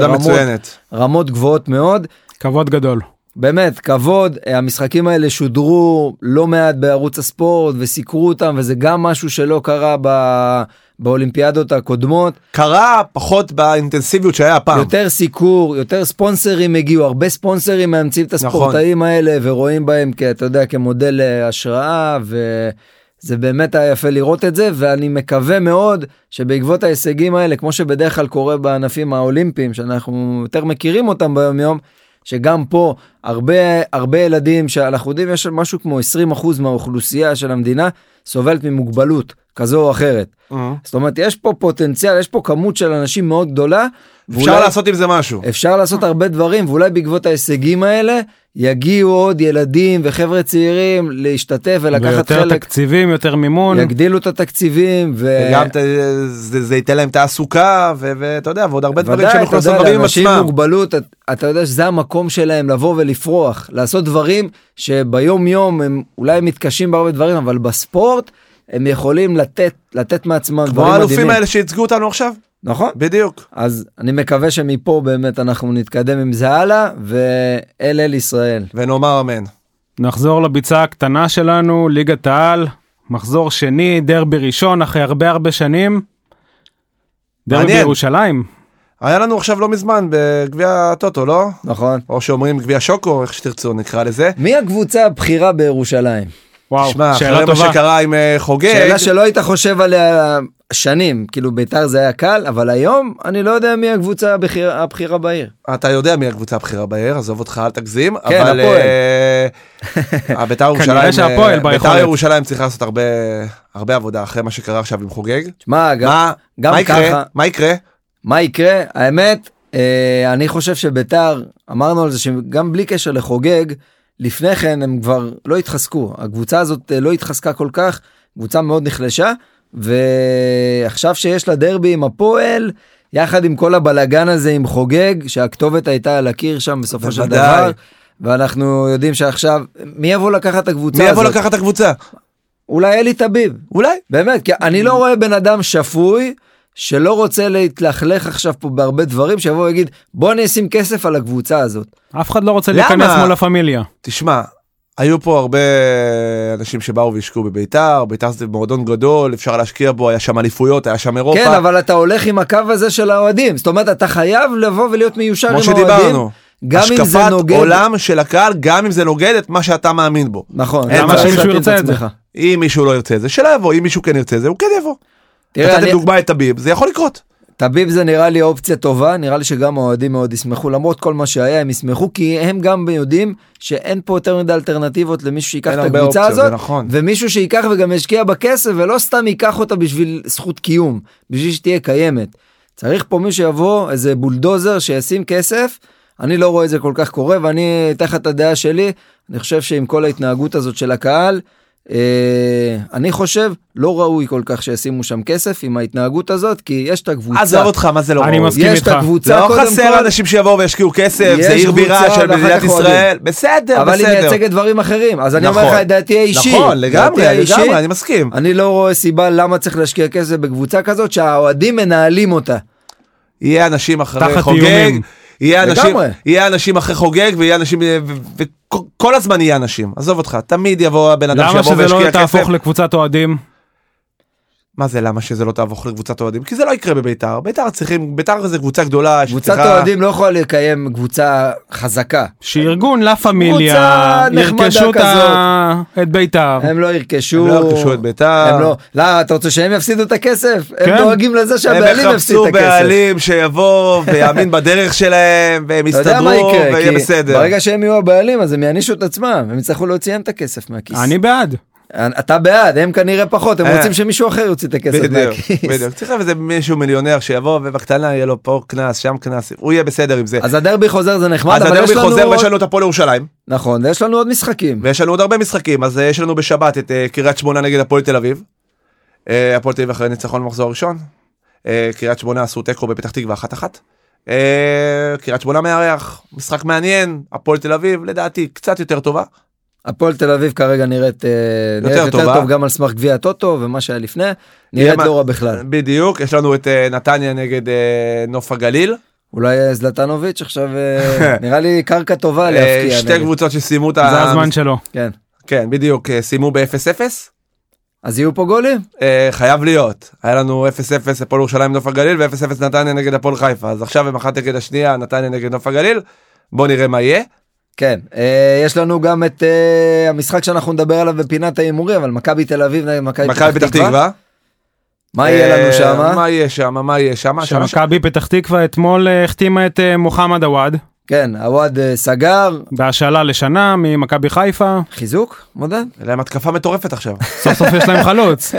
לרמות גבוהות מאוד. כבוד גדול. באמת, כבוד. המשחקים האלה שודרו לא מעט בערוץ הספורט, וסיקרו אותם, וזה גם משהו שלא קרה באולימפיאדות הקודמות. קרה פחות באינטנסיביות שהיה הפעם. יותר סיקור, יותר ספונסרים הגיעו, הרבה ספונסרים מאמצים את הספורטאים האלה, ורואים בהם, אתה יודע, כמודל השראה, וזה באמת היה יפה לראות את זה, ואני מקווה מאוד שבעקבות ההישגים האלה, כמו שבדרך כלל קורה בענפים האולימפיים, שאנחנו יותר מכירים אותם ביום יום, שגם פה הרבה ילדים שאנחנו יודעים, יש משהו כמו 20% מהאוכלוסייה של המדינה, סובלת ממוגבלות כזו או אחרת. זאת אומרת, יש פה פוטנציאל, יש פה כמות של אנשים מאוד גדולה. אפשר לעשות עם זה משהו. אפשר לעשות הרבה דברים, ואולי בעקבות ההישגים האלה, יגיעו עוד ילדים וחבר'ה צעירים להשתתף ולקחת חלק. ויותר תקציבים, יותר מימון. יגדילו את התקציבים. וגם זה ייתן להם תעסוקה, ואתה יודע, ועוד הרבה דברים שהם יכולים לעשות דברים עם עצמם. אנשים עם מוגבלות, אתה יודע שזה המקום שלהם לבוא ולפרוח, לעשות דברים שביום יום הם אולי מתקשים בהרבה דברים, אבל בספורט הם יכולים לתת מעצמם דברים מדהימים. כמו האלופים האלה שייצגו אותנו עכשיו. נכון. בדיוק. אז אני מקווה שמפה באמת אנחנו נתקדם עם זה הלאה, ואל ישראל. ונאמר אמן. נחזור לביצה הקטנה שלנו, ליגת העל, מחזור שני, דרבי ראשון, אחרי הרבה שנים. דרבי בירושלים. היה לנו עכשיו לא מזמן בגביע הטוטו, לא? נכון. או שאומרים גביע שוקו, איך שתרצו נקרא לזה. מי הקבוצה הבכירה בירושלים? וואו, שאלה טובה. אחרי מה שקרה עם חוגג. שאלה שלא היית חושב עליה שנים, כאילו ביתר זה היה קל, אבל היום אני לא יודע מי הקבוצה הבכירה בעיר. אתה יודע מי הקבוצה הבכירה בעיר, עזוב אותך, אל תגזים. כן, אבל בית"ר ירושלים, כנראה שהפועל ביכולת. בית"ר ירושלים צריך לעשות הרבה עבודה אחרי מה שקרה עכשיו עם חוגג. שמע, גם ככה. מה יקרה? האמת, אני חושב שבית"ר, אמרנו על זה שגם בלי קשר לחוגג, לפני כן הם כבר לא התחזקו. הקבוצה הזאת לא התחזקה כל כך, קבוצה מאוד נחלשה, ועכשיו שיש לה דרבי עם הפועל, יחד עם כל הבלגן הזה עם חוגג, שהכתובת הייתה על הקיר שם בסופו של דבר, ואנחנו יודעים שעכשיו, מי יבוא לקחת את הקבוצה הזאת? מי יבוא לקחת את הקבוצה? אולי אלי טביב. אולי. באמת, כי אני לא רואה בן אדם שפוי, שלא רוצה להתלכלך עכשיו פה בהרבה דברים, שיבוא ויגיד, בוא נשים כסף על הקבוצה הזאת. אף אחד לא רוצה להיכנס מול הפמיליה. תשמע, היו פה הרבה אנשים שבאו והשקעו בביתר, ביתר זה מועדון גדול, אפשר להשקיע בו, היה שם אליפויות, היה שם אירופה. כן, אבל אתה הולך עם הקו הזה של האוהדים, זאת אומרת, אתה חייב לבוא ולהיות מיושר עם האוהדים. כמו שדיברנו, גם אם זה נוגד... השקפת עולם של הקהל, גם אם זה נוגד את מה שאתה מאמין בו. נכון. למה שמישהו ירצה את זה? אם מישהו לא ירצה את זה, שלא יבוא, אם מישהו כן ירצה את זה, הוא כן יבוא. נתתם דוגמה את טביב, זה יכול לקרות. טביב זה נראה לי אופציה טובה, נראה לי שגם האוהדים מאוד ישמחו, למרות כל מה שהיה הם ישמחו, כי הם גם יודעים שאין פה יותר מדי אלטרנטיבות למישהו שיקח את הקבוצה הזאת, ומישהו שיקח וגם ישקיע בכסף, ולא סתם ייקח אותה בשביל זכות קיום, בשביל שתהיה קיימת. צריך פה מישהו יבוא, איזה בולדוזר שישים כסף, אני לא רואה את זה כל כך קורה, ואני תחת הדעה שלי, אני חושב שעם כל ההתנהגות הזאת של הקהל, אני חושב לא ראוי כל כך שישימו שם כסף עם ההתנהגות הזאת, כי יש את הקבוצה. עזוב אותך, מה זה לא ראוי? אני מסכים איתך. לא חסר אנשים שיבואו וישקיעו כסף, זה עיר בירה של מדינת ישראל, בסדר, אבל היא מייצגת דברים אחרים, אז אני אומר לך את דעתי האישי. נכון, לגמרי, אני מסכים. אני לא רואה סיבה למה צריך להשקיע כסף בקבוצה כזאת, שהאוהדים מנהלים אותה. יהיה אנשים אחרי חוגג, יהיה אנשים אחרי חוגג, ויהיה אנשים, וכל הזמן יהיה אנשים, עזוב אותך, תמיד יבוא הבן אדם שיבוא וישקיע כסף. למה שזה לא תהפוך לקבוצת אוהדים? מה זה למה שזה לא תהפוך לקבוצת אוהדים? כי זה לא יקרה בביתר, ביתר זה קבוצה גדולה. קבוצת אוהדים לא יכולה לקיים קבוצה חזקה. שארגון לה פמיליה ירכשו את ביתר. הם לא ירכשו. הם לא ירכשו את ביתר. לא, אתה רוצה שהם יפסידו את הכסף? הם דואגים לזה שהבעלים יפסיד את הכסף. הם יחפשו בעלים שיבוא ויאמין בדרך שלהם, והם יסתדרו ויהיה בסדר. ברגע שהם יהיו הבעלים, אז הם יענישו את עצמם, הם יצטרכו להוציא את הכסף מהכיס. אני בעד. אתה בעד, הם כנראה פחות, הם רוצים שמישהו אחר יוציא את הכסף מהכיס. בדיוק, צריך איזה מישהו מיליונר שיבוא ובקטנה יהיה לו פה כנס, שם כנס, הוא יהיה בסדר עם זה. אז הדרבי חוזר זה נחמד, אז הדרבי חוזר ויש לנו את הפועל ירושלים. נכון, ויש לנו עוד משחקים. ויש לנו עוד הרבה משחקים, אז יש לנו בשבת את קריית שמונה נגד הפועל תל אביב. הפועל תל אביב אחרי ניצחון במחזור הראשון. קריית שמונה עשו תיקו בפתח תקווה 1-1. קריית שמונה מארח, משחק מעניין, הפועל תל אביב לדעתי קצת יותר טובה. הפועל תל אביב כרגע נראית יותר טוב גם על סמך גביע הטוטו ומה שהיה לפני, נראית לא רע בכלל. בדיוק, יש לנו את נתניה נגד נוף הגליל. אולי זלטנוביץ' עכשיו נראה לי קרקע טובה להפקיע. שתי קבוצות שסיימו את זה הזמן שלו. כן. כן, בדיוק, סיימו ב-0-0. אז יהיו פה גולים? חייב להיות. היה לנו 0-0 הפועל ירושלים נוף הגליל ו-0-0 נתניה נגד הפועל חיפה. אז עכשיו הם אחת נגד השנייה, נתניה נגד נוף הגליל. בוא נראה מה יהיה. כן, יש לנו גם את המשחק שאנחנו נדבר עליו בפינת ההימורים, אבל מכבי תל אביב נגד מכבי פתח תקווה. מה יהיה לנו שם? מה יהיה שם? שמכבי פתח תקווה אתמול החתימה את מוחמד עוואד. כן, עוואד סגר. בהשאלה לשנה ממכבי חיפה. חיזוק, מודד. להם התקפה מטורפת עכשיו. סוף סוף יש להם חלוץ.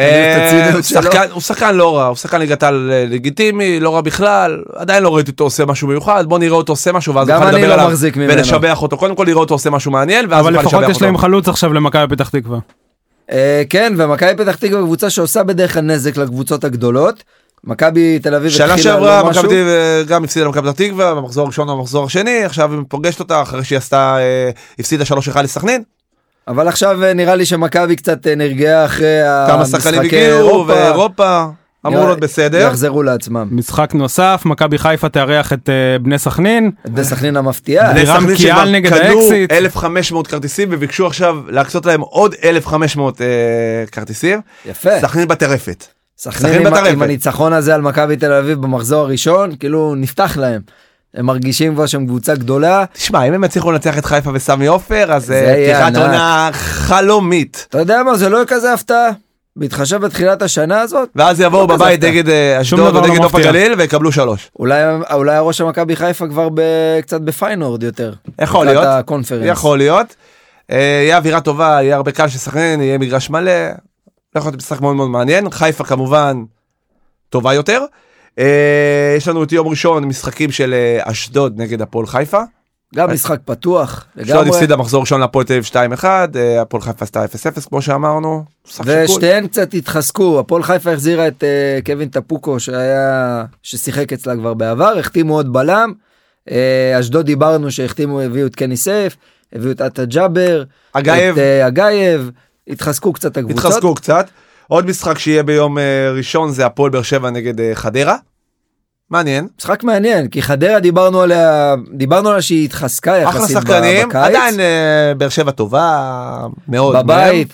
הוא שחקן לא רע, הוא שחקן ליגת-על לגיטימי, לא רע בכלל, עדיין לא ראיתי אותו עושה משהו מיוחד, בוא נראה אותו עושה משהו ואז נוכל לדבר עליו ולשבח אותו, קודם כל נראה אותו עושה משהו מעניין ואז אבל לפחות יש להם חלוץ עכשיו למכבי פתח תקווה. כן, ומכבי פתח תקווה קבוצה שעושה בדרך כלל נזק לקבוצות הגדולות. מכבי תל אביב שנה שעברה מכבי גם הפסידה למכבי פתח תקווה במחזור הראשון ובמחזור השני, עכשיו היא פוגשת אותה אחרי שהיא הפסידה 3-1 לסכנין. אבל עכשיו נראה לי שמכבי קצת נרגעה אחרי כמה שחקנים הגיעו ואירופה אמרו להיות בסדר. יחזרו לעצמם. משחק נוסף, מכבי חיפה תארח את בני סכנין. את בני סכנין המפתיעה. בני סכנין שקנו 1,500 כרטיסים וביקשו עכשיו להקצות להם עוד 1,500 כרטיסים. יפה. סכנין בטרפת. סכנין עם הניצחון הזה על מכבי תל אביב במחזור הראשון, כאילו נפתח להם. הם מרגישים כבר שהם קבוצה גדולה. תשמע, אם הם הצליחו לנצח את חיפה וסמי עופר, אז פתיחת עונה חלומית. אתה יודע מה, זה לא כזה הפתעה. בהתחשב בתחילת השנה הזאת. ואז יבואו בבית נגד אשדוד ונגד נוף הגליל ויקבלו 3. אולי הראש המכבי חיפה כבר קצת בפיינורד יותר. יכול להיות. יהיה אווירה טובה, יהיה הרבה קהל ששחקן, יהיה מגרש מלא, יכול להיות משחק מאוד מאוד מעניין, חיפה כמובן טובה יותר. יש לנו את יום ראשון משחקים של אשדוד נגד הפועל חיפה. גם משחק פתוח. אשדוד הפסידה מחזור ראשון להפועל תל אביב 2-1, הפועל חיפה עשתה 0-0 כמו שאמרנו. ושתיהן קצת התחזקו, הפועל חיפה החזירה את קווין טפוקו ששיחק אצלה כבר בעבר, החתימו עוד בלם, אשדוד דיברנו שהחתימו, הביאו את קני סייף, הביאו את עטה ג'אבר, את אגייב, התחזקו קצת הקבוצות. התחזקו קצת. עוד משחק שיהיה ביום ראשון זה הפועל באר שבע נגד חדרה. מעניין. משחק מעניין, כי חדרה דיברנו עליה שהיא התחזקה יחסית בקיץ. עדיין באר שבע טובה מאוד. בבית,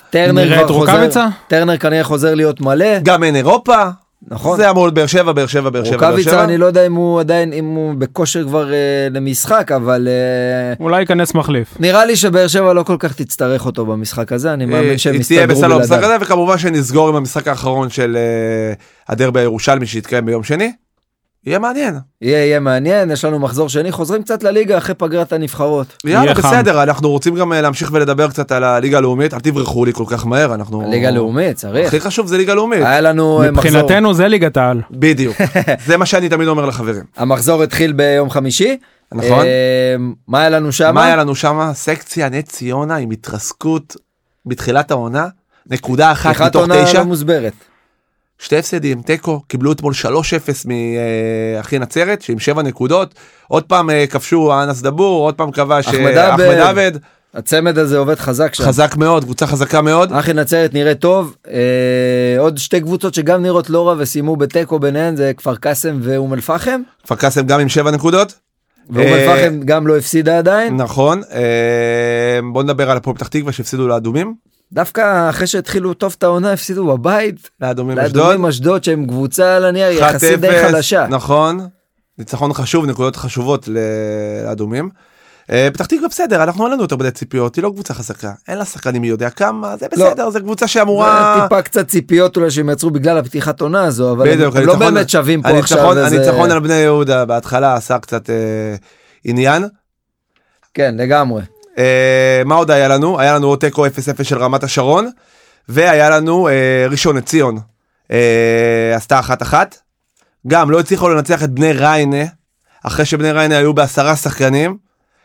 טרנר כנראה חוזר להיות מלא. גם אין אירופה. נכון. זה אמור באר שבע. רוקאביצה, אני לא יודע אם הוא בכושר כבר למשחק, אבל אולי ייכנס מחליף. נראה לי שבאר שבע לא כל כך תצטרך אותו במשחק הזה, אני מאמין שהם יסתדרו בלעדיו. וכמובן שנסגור עם המשחק האחרון של הדרבי הירושלמי שיתקיים ביום שני. יהיה מעניין. יהיה מעניין, יש לנו מחזור שני, חוזרים קצת לליגה אחרי פגרת הנבחרות. יאללה, בסדר, אנחנו רוצים גם להמשיך ולדבר קצת על הליגה הלאומית, אל תברחו לי כל כך מהר, ליגה לאומית, צריך. הכי חשוב זה ליגה לאומית. היה לנו מבחינתנו זה ליגת העל. בדיוק, זה מה שאני תמיד אומר לחברים. המחזור התחיל ביום חמישי. נכון. מה היה לנו שם? מה היה לנו שם? סקציה נס ציונה עם התרסקות בתחילת העונה, נקודה אחת מתוך 9. לא מוסברת. שתי הפסדים, טקו, קיבלו אתמול 3-0 מאחי נצרת, שעם 7 נקודות, עוד פעם כבשו אנס דבור, עוד פעם כבש אחמד עבד. הצמד הזה עובד חזק שם. חזק מאוד, קבוצה חזקה מאוד. אחי נצרת נראה טוב, עוד שתי קבוצות שגם נראות לא רע וסיימו בטקו ביניהן, זה כפר קאסם ואום אל פחם. כפר קאסם גם עם 7 נקודות. ואום אל פחם גם לא הפסידה עדיין. נכון, בוא נדבר על הפועל פתח תקווה שהפסידו לאדומים. דווקא אחרי שהתחילו טוב את העונה, הפסידו בבית. לאדומים אשדוד, שהם קבוצה על הנייר, יחסית די חלשה. נכון, ניצחון חשוב, נקודות חשובות לאדומים. פתח תקווה בסדר, אנחנו אין לנו יותר בדי ציפיות, היא לא קבוצה חזקה, אין לה שחקנים מי יודע כמה, זה בסדר, זה קבוצה שאמורה... טיפה קצת ציפיות אולי שהם יצרו בגלל הפתיחת עונה הזו, אבל הם לא באמת שווים פה עכשיו. הניצחון על בני יהודה בהתחלה עשה קצת עניין. כן, לגמרי. מה עוד היה לנו? היה לנו טקו 0-0 של רמת השרון, והיה לנו ראשון לציון עשתה 1-1, גם לא הצליחו לנצח את בני ריינה, אחרי שבני ריינה היו ב10 שחקנים,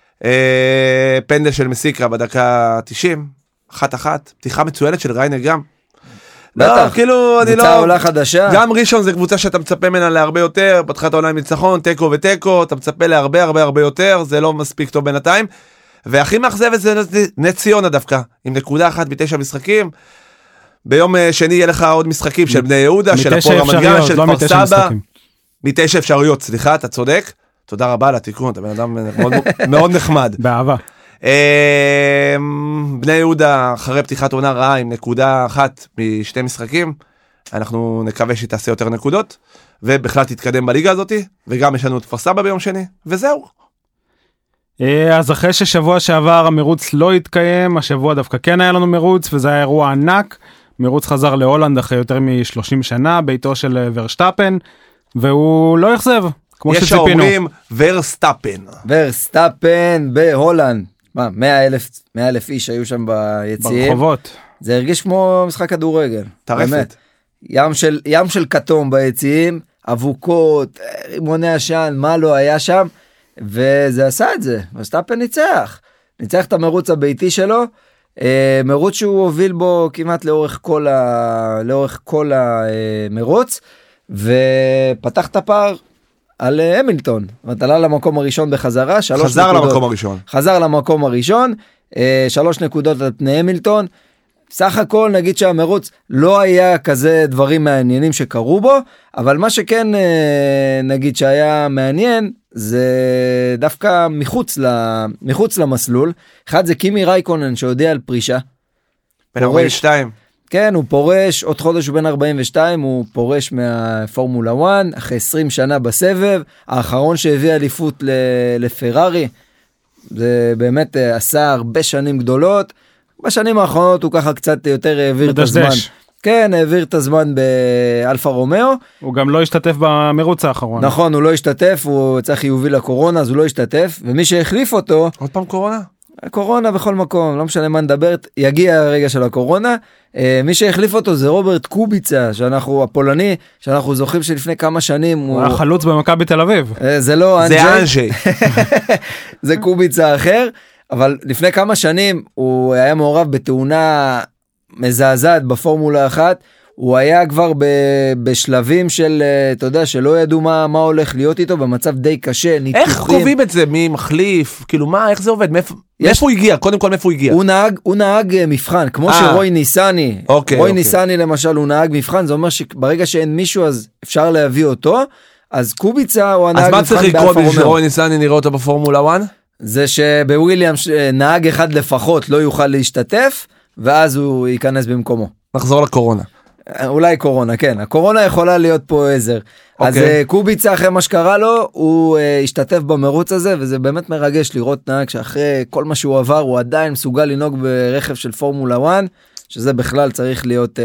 פנדל של מסיקרה בדקה 90, 1-1, פתיחה מצוינת של ריינה גם. בטח, כאילו אני קבוצה עולה חדשה. גם ראשון זה קבוצה שאתה מצפה ממנה להרבה יותר, פתחת העונה עם ניצחון, טקו וטקו, אתה מצפה להרבה הרבה הרבה יותר, זה לא מספיק טוב בינתיים. והכי מאכזב זה נס ציונה דווקא, עם נקודה 1 ב9 משחקים. ביום שני יהיה לך עוד משחקים של בני יהודה, של הפועל רמת גן, של כפר סבא. מ9 אפשרויות, סליחה, אתה צודק. תודה רבה על התיקון, אתה בן אדם מאוד נחמד. באהבה. בני יהודה אחרי פתיחת עונה רעה עם נקודה 1 משתי משחקים, אנחנו נקווה שתעשה יותר נקודות, ובכלל תתקדם בליגה הזאת, וגם יש לנו את כפר סבא ביום שני, וזהו. אז אחרי ששבוע שעבר המרוץ לא התקיים, השבוע דווקא כן היה לנו מרוץ, וזה היה אירוע ענק. מרוץ חזר להולנד אחרי יותר מ-30 שנה, ביתו של ורשטאפן, והוא לא יחזב, כמו שציפינו. יש האומרים ורסטאפן. ורסטאפן בהולנד. מה, 100,000 איש היו שם ביציעים. ברחובות. זה הרגיש כמו משחק כדורגל. טרפת. ים של כתום ביציעים, אבוקות, רימוני עשן, מה לא היה שם. וזה עשה את זה, ורסטאפן ניצח את המרוץ הביתי שלו, מרוץ שהוא הוביל בו כמעט לאורך כל המרוץ, ופתח את הפער על המילטון, עלה למקום הראשון בחזרה, חזר למקום הראשון, 3 נקודות על פני המילטון, סך הכל נגיד שהמרוץ לא היה כזה דברים מעניינים שקרו בו, אבל מה שכן נגיד שהיה מעניין, זה דווקא מחוץ למסלול. אחד זה קימי רייקונן שהודיע על פרישה. בן 42. כן, הוא פורש, עוד חודש הוא בן 42, הוא פורש מהפורמולה 1, אחרי 20 שנה בסבב, האחרון שהביא אליפות לפרארי, זה באמת עשה הרבה שנים גדולות, בשנים האחרונות הוא ככה קצת יותר העביר את הזמן. כן, העביר את הזמן באלפה רומאו. הוא גם לא השתתף במרוץ האחרון. נכון, הוא לא השתתף, הוא צריך חיובי לקורונה, אז הוא לא השתתף, ומי שהחליף אותו... עוד פעם קורונה? הקורונה בכל מקום, לא משנה מה נדבר, יגיע הרגע של הקורונה. מי שהחליף אותו זה רוברט קוביצה, הפולני, שאנחנו זוכרים שלפני כמה שנים הוא היה חלוץ במכבי תל אביב. זה לא אנג'י. זה אנג'י. זה קוביצה אחר, אבל לפני כמה שנים הוא היה מעורב בתאונה מזעזעת בפורמולה 1, הוא היה כבר בשלבים של, אתה יודע, שלא ידעו מה הולך להיות איתו, במצב די קשה, ניתוחים. איך קובעים את זה? מי מחליף? כאילו מה, איך זה עובד? מאיפה הוא הגיע? קודם כל, מאיפה הוא הגיע? הוא נהג מבחן, כמו שרוי ניסני. רוי ניסני למשל, הוא נהג מבחן, זה אומר שברגע שאין מישהו, אז אפשר להביא אותו, אז קוביצה הוא הנהג מבחן באלפה רומאו. אז מה צריך לקרות בשביל שרוי ניסני נראה אותו בפורמולה 1? זה שבוויליאמס נהג אחד לפחות לא יוכל להשתתף, ואז הוא ייכנס במקומו. נחזור לקורונה. אולי קורונה, כן. הקורונה יכולה להיות פה עזר. אז קוביצה אחרי מה שקרה לו, הוא השתתף במרוץ הזה, וזה באמת מרגש לראות נהג שאחרי כל מה שהוא עבר, הוא עדיין מסוגל לנהוג ברכב של פורמולה 1, שזה בכלל צריך להיות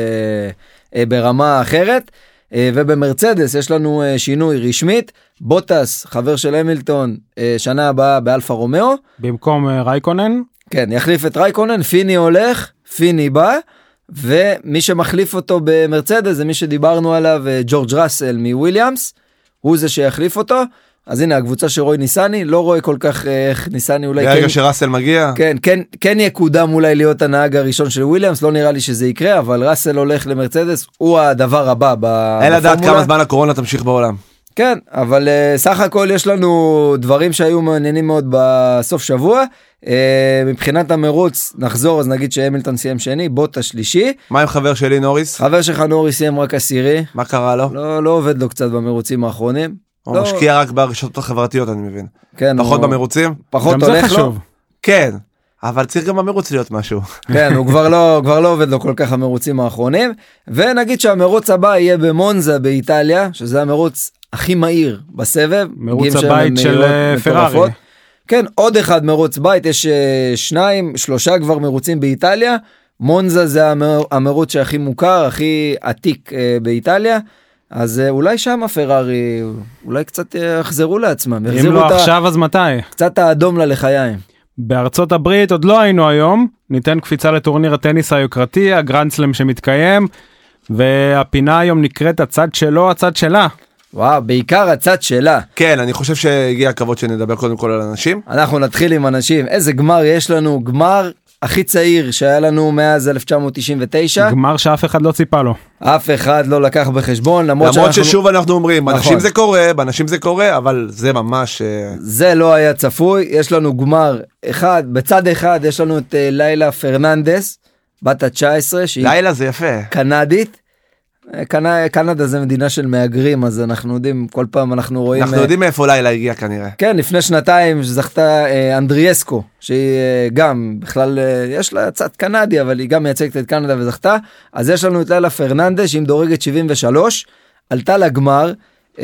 ברמה אחרת. ובמרצדס יש לנו שינוי רשמית, בוטס, חבר של המילטון, שנה הבאה באלפה רומאו. במקום רייקונן? כן, יחליף את רייקונן, פיני הולך, פיני בא, ומי שמחליף אותו במרצדס זה מי שדיברנו עליו, ג'ורג' ראסל מוויליאמס, הוא זה שיחליף אותו. אז הנה הקבוצה שרוי ניסני, לא רואה כל כך איך ניסני אולי... ברגע שראסל מגיע? כן יקודם אולי להיות הנהג הראשון של וויליאמס, לא נראה לי שזה יקרה, אבל ראסל הולך למרצדס, הוא הדבר הבא בפורמולה. אין לדעת כמה זמן הקורונה תמשיך בעולם. כן, אבל סך הכל יש לנו דברים שהיו מעניינים מאוד בסוף שבוע. מבחינת המרוץ נחזור, אז נגיד שהמילטון סיים שני, בוטה שלישי. מה עם חבר שלי נוריס? חבר שלך נוריס סיים רק עשירי. מה קרה לו? לא עובד לו קצת במרוצים האחרונים. הוא משקיע רק ברשתות החברתיות, אני מבין. כן, פחות במרוצים? פחות הולך לו. כן, אבל צריך גם במרוץ להיות משהו. כן, הוא כבר לא עובד לו כל כך המרוצים האחרונים. ונגיד שהמרוץ הבא יהיה במונזה באיטליה, שזה המרוץ הכי מהיר בסבב. מרוץ הבית של פרארי. כן, עוד אחד מרוץ בית, יש 2-3 כבר מרוצים באיטליה. מונזה זה המרוץ שהכי מוכר, הכי עתיק באיטליה. אז אולי שם פרארי, אולי קצת יחזרו לעצמם. אם לא עכשיו אז מתי? קצת האדום לחיים. בארצות הברית עוד לא היינו היום, ניתן קפיצה לטורניר הטניס היוקרתי, הגרנד סלאם שמתקיים, והפינה היום נקראת הצד שלו, הצד שלה. וואו, בעיקר הצד שלה. כן, אני חושב שהגיע הכבוד שנדבר קודם כל על אנשים. אנחנו נתחיל עם אנשים. איזה גמר יש לנו? גמר הכי צעיר שהיה לנו מאז 1999. גמר שאף אחד לא ציפה לו. אף אחד לא לקח בחשבון, למרות ששוב אנחנו אומרים, באנשים זה קורה, באנשים זה קורה, אבל זה ממש... זה לא היה צפוי. יש לנו גמר אחד, בצד אחד יש לנו את לילה פרננדס, בת ה-19, לילה זה יפה. קנדית. קנדה זה מדינה של מהגרים, אז אנחנו יודעים, כל פעם אנחנו רואים... אנחנו יודעים מאיפה לילה הגיע כנראה. כן, לפני שנתיים זכתה אנדריאסקו, שהיא גם, בכלל יש לה צד קנדי, אבל היא גם מייצגת את קנדה וזכתה. אז יש לנו את לילה פרננדס, שהיא מדורגת 73, עלתה לגמר,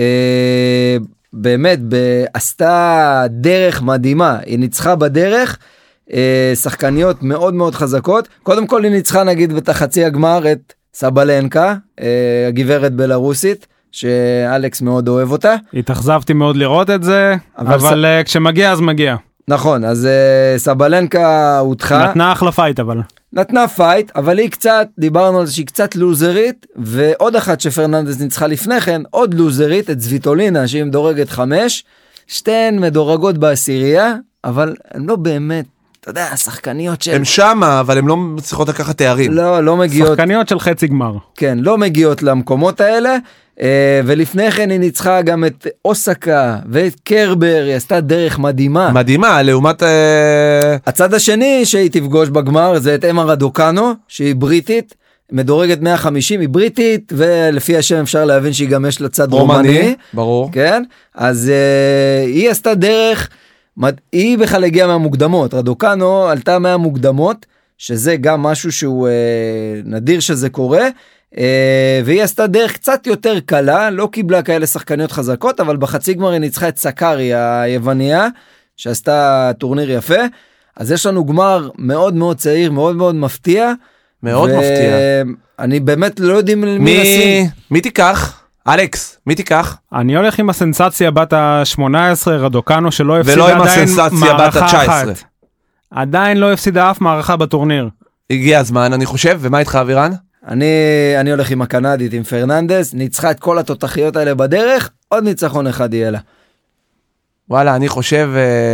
באמת, עשתה דרך מדהימה, היא ניצחה בדרך, שחקניות מאוד מאוד חזקות. קודם כל היא ניצחה נגיד בתחצי הגמר את סבלנקה, הגברת בלרוסית, שאלכס מאוד אוהב אותה. התאכזבתי מאוד לראות את זה, אבל כשמגיע אז מגיע. נכון, אז סבלנקה הודחה. נתנה אחלה פייט אבל. נתנה פייט, אבל היא קצת, דיברנו על זה שהיא קצת לוזרית, ועוד אחת שפרננדס ניצחה לפני כן, עוד לוזרית, את זוויטולינה, שהיא מדורגת 5, שתיהן מדורגות בעשירייה, אבל הן לא באמת, אתה יודע, השחקניות של... הם שמה, אבל הם לא צריכות לקחת תארים. לא מגיעות... שחקניות של חצי גמר. כן, לא מגיעות למקומות האלה, ולפני כן היא ניצחה גם את אוסקה ואת קרבר, היא עשתה דרך מדהימה. מדהימה, לעומת... הצד השני שהיא תפגוש בגמר זה את אמה רדוקנו, שהיא בריטית, מדורגת 150, היא בריטית, ולפי השם אפשר להבין שהיא גם יש לה צד רומני. ברור. כן, אז היא עשתה דרך... היא בכלל הגיעה מהמוקדמות, רדוקנו עלתה מהמוקדמות, שזה גם משהו שהוא נדיר שזה קורה, והיא עשתה דרך קצת יותר קלה, לא קיבלה כאלה שחקניות חזקות, אבל בחצי גמר היא ניצחה את סקארי היווניה, שעשתה טורניר יפה, אז יש לנו גמר מאוד מאוד צעיר, מאוד מאוד מפתיע. מאוד מפתיע. אני באמת לא יודעים מי נשים. מי תיקח? אלכס, מי תיקח? אני הולך עם הסנסציה בת ה-18, רדוקנו, שלא הפסידה עדיין מערכה אחת. ולא עם הסנסציה בת ה-19. עדיין לא הפסידה אף מערכה בטורניר. הגיע הזמן, אני חושב, ומה איתך אבירן? אני הולך עם הקנדית, עם פרננדס, ניצחה את כל התותחיות האלה בדרך, עוד ניצחון אחד יהיה לה. וואלה, אני חושב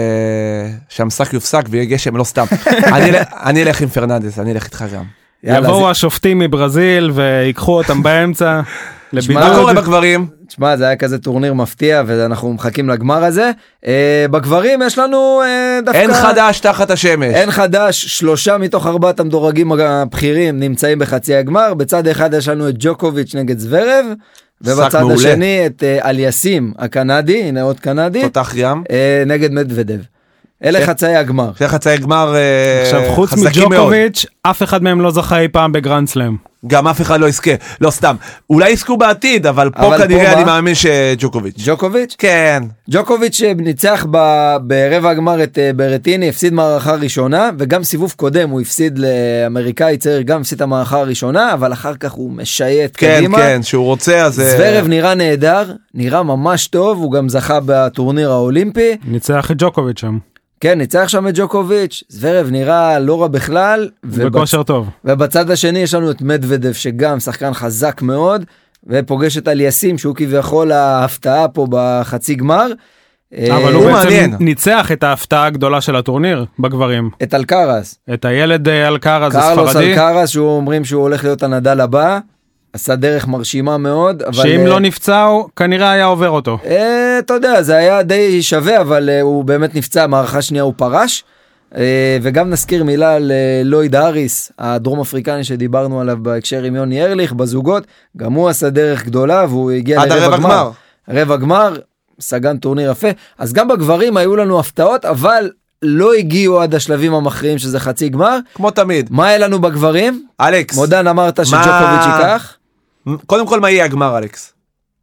שהמשחק יופסק ויהיה גשם, לא סתם. אני אלך עם פרננדס, אני אלך איתך גם. יבואו השופטים מברזיל ויקחו אותם באמצע. מה קורה בגברים? תשמע, זה היה כזה טורניר מפתיע ואנחנו מחכים לגמר הזה. בגברים יש לנו דווקא... אין חדש תחת השמש. אין חדש, 3 מתוך 4 המדורגים הבכירים נמצאים בחצי הגמר. בצד אחד יש לנו את ג'וקוביץ' נגד זוורב, ובצד השני את אליאסים הקנדי, הנה עוד קנדי. תותח גם. נגד מדוודב. אלה חצאי הגמר. זה חצאי הגמר עכשיו חוץ מג'וקוביץ' אף אחד מהם לא זכה אי פעם בגרנד סלאם. גם אף אחד לא יזכה, לא סתם. אולי יזכו בעתיד, אבל פה כנראה אני מאמין שג'וקוביץ'. ג'וקוביץ'? כן. ג'וקוביץ' ניצח ברבע הגמר את ברטיני, הפסיד מערכה ראשונה, וגם סיבוב קודם הוא הפסיד לאמריקאי צעיר, גם הפסיד את המערכה הראשונה, אבל אחר כך הוא משייט קדימה. כן, שהוא רוצה, אז... זוורב נראה נהדר, נראה ממש טוב, הוא גם זכה בטורניר האולימפי. ניצח את ג'וקוביץ' שם. כן, ניצח שם את ג'וקוביץ', זוורב נראה לא רע בכלל. בכושר טוב. ובצד השני יש לנו את מדוודב, שגם שחקן חזק מאוד, ופוגש את אליאסים, שהוא כביכול ההפתעה פה בחצי גמר. אבל הוא בעצם ניצח את ההפתעה הגדולה של הטורניר בגברים. את אלקרז. את הילד אלקרז הספרדי. קרלוס אלקרז, שהוא אומרים שהוא הולך להיות הנדל הבא. עשה דרך מרשימה מאוד, אבל... שאם לא נפצע, הוא כנראה היה עובר אותו. אתה יודע, זה היה די שווה, אבל הוא באמת נפצע, מערכה שנייה הוא פרש, וגם נזכיר מילה על לויד האריס, הדרום אפריקני שדיברנו עליו בהקשר עם יוני ארליך, בזוגות, גם הוא עשה דרך גדולה, והוא הגיע לרבע גמר. רבע גמר, סגן טורניר יפה, אז גם בגברים היו לנו הפתעות, אבל לא הגיעו עד השלבים המכריעים שזה חצי גמר. כמו תמיד. מה היה לנו בגברים? אלכס. מודן אמרת שג'וקוביץ' ייקח. קודם כל, מה יהיה הגמר, אלכס?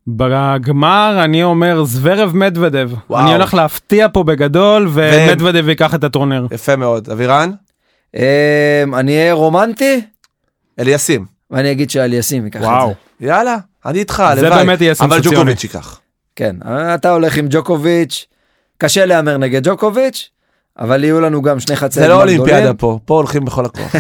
בגמר אני אומר זוורב מדוודב. אני הולך להפתיע פה בגדול, ומדוודב ייקח את הטורניר. יפה מאוד. אבירן? אני אהיה רומנטי? אליאסים. ואני אגיד שאליאסים ייקח את זה. יאללה, אני איתך, זה באמת יהיה סנסציוני. אבל ג'וקוביץ' ייקח. כן, אתה הולך עם ג'וקוביץ', קשה להמר נגד ג'וקוביץ', אבל יהיו לנו גם שני חצי... זה לא אולימפיאדה פה הולכים בכל הכוח.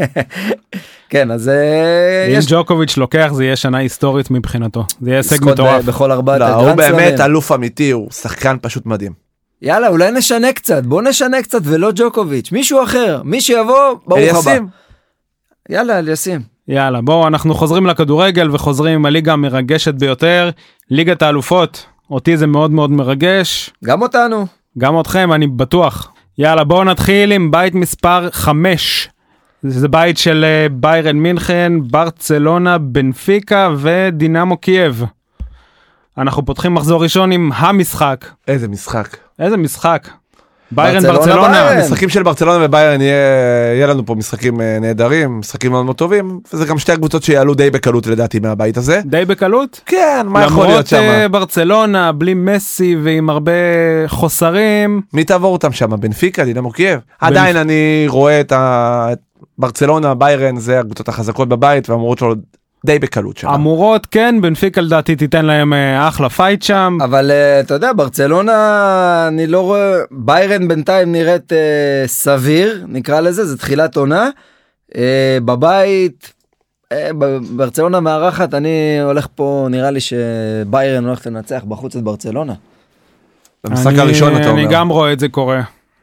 כן, אז... אם ג'וקוביץ' לוקח, זה יהיה שנה היסטורית מבחינתו. זה יהיה הישג מטורף. בכל 4 לא, הוא באמת אלוף אמיתי, הוא שחקן פשוט מדהים. יאללה, אולי נשנה קצת, בוא נשנה קצת ולא ג'וקוביץ', מישהו אחר, מי שיבוא, ברוך הבא. יאללה, אליאסים. יאללה, בואו, אנחנו חוזרים לכדורגל וחוזרים עם הליגה המרגשת ביותר, ליגת האלופות. אותי זה מאוד מאוד מרגש. גם אותנו. גם אתכם, אני בטוח. יאללה, בואו נתחיל עם בית מספר 5. זה בית של ביירן מינכן, ברצלונה, בנפיקה ודינמו קייב. אנחנו פותחים מחזור ראשון עם המשחק. איזה משחק. איזה משחק. ביירן ברצלונה. המשחקים של ברצלונה וביירן יהיה לנו פה משחקים נהדרים, משחקים מאוד מאוד טובים, וזה גם שתי הקבוצות שיעלו די בקלות לדעתי מהבית הזה. די בקלות? כן, מה יכול להיות שם? למרות ברצלונה, בלי מסי ועם הרבה חוסרים. מי תעבור אותם שם? בנפיקה, דינמו קייב? עדיין אני רואה את ברצלונה, ביירן, זה הקבוצות החזקות בבית, ואמורות לו די בקלות שם. אמורות, כן, בנפיקה לדעתי תיתן להם אחלה פייט שם. אבל אתה יודע, ברצלונה, אני לא רואה, ביירן בינתיים נראית סביר, נקרא לזה, זה תחילת עונה. בבית, ברצלונה מארחת, אני הולך פה, נראה לי שביירן הולך לנצח בחוץ את ברצלונה. במשחק הראשון אתה אומר. אני גם רואה את זה קורה.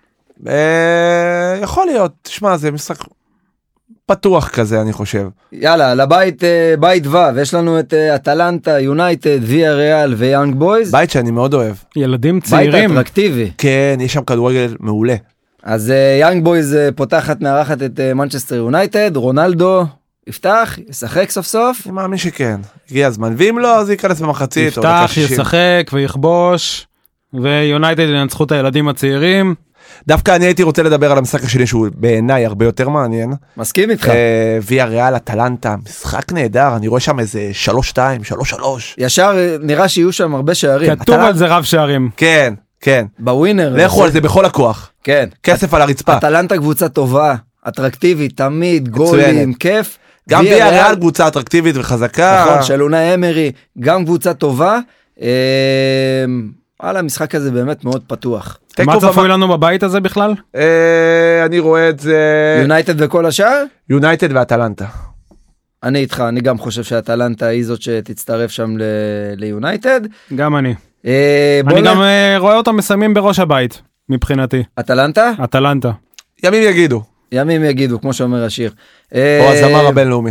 יכול להיות, תשמע, זה משחק פתוח כזה, אני חושב. יאללה, לבית, בית ו', יש לנו את אטלנטה, יונייטד, ויה ריאל ויאנג בויז. בית שאני מאוד אוהב. ילדים צעירים. בית אטרקטיבי. כן, יש שם כדורגל מעולה. אז יאנג בויז פותחת, מארחת את מנצ'סטר יונייטד, רונלדו יפתח, ישחק סוף סוף. אני מאמין שכן, הגיע הזמן. ואם לא, אז ייכנס במחצית. יפתח, ישחק ויכבוש, ויונייטד ינצחו את הילדים הצעירים. דווקא אני הייתי רוצה לדבר על המשחק השני שהוא בעיניי הרבה יותר מעניין. מסכים איתך. ויה ריאל אטלנטה, משחק נהדר, אני רואה שם איזה 3-2, 3-3. ישר נראה שיהיו שם הרבה שערים. כתוב על זה רב שערים. כן, כן. בווינר. לכו על זה בכל הכוח. כן. כסף על הרצפה. אטלנטה קבוצה טובה, אטרקטיבית, תמיד, גולים, כיף. גם ויה ריאל קבוצה אטרקטיבית וחזקה. נכון, של אונאי אמרי, גם קבוצה טובה. וואלה, המשחק הזה באמת מאוד פתוח. מה צפוי לנו בבית הזה בכלל? אני רואה את זה... יונייטד וכל השאר? יונייטד ואטלנטה. אני איתך, אני גם חושב שאטלנטה היא זאת שתצטרף שם ליונייטד. גם אני. אני גם רואה אותם מסיימים בראש הבית, מבחינתי. אטלנטה? אטלנטה. ימים יגידו. ימים יגידו, כמו שאומר השיר. או הזמר הבינלאומי.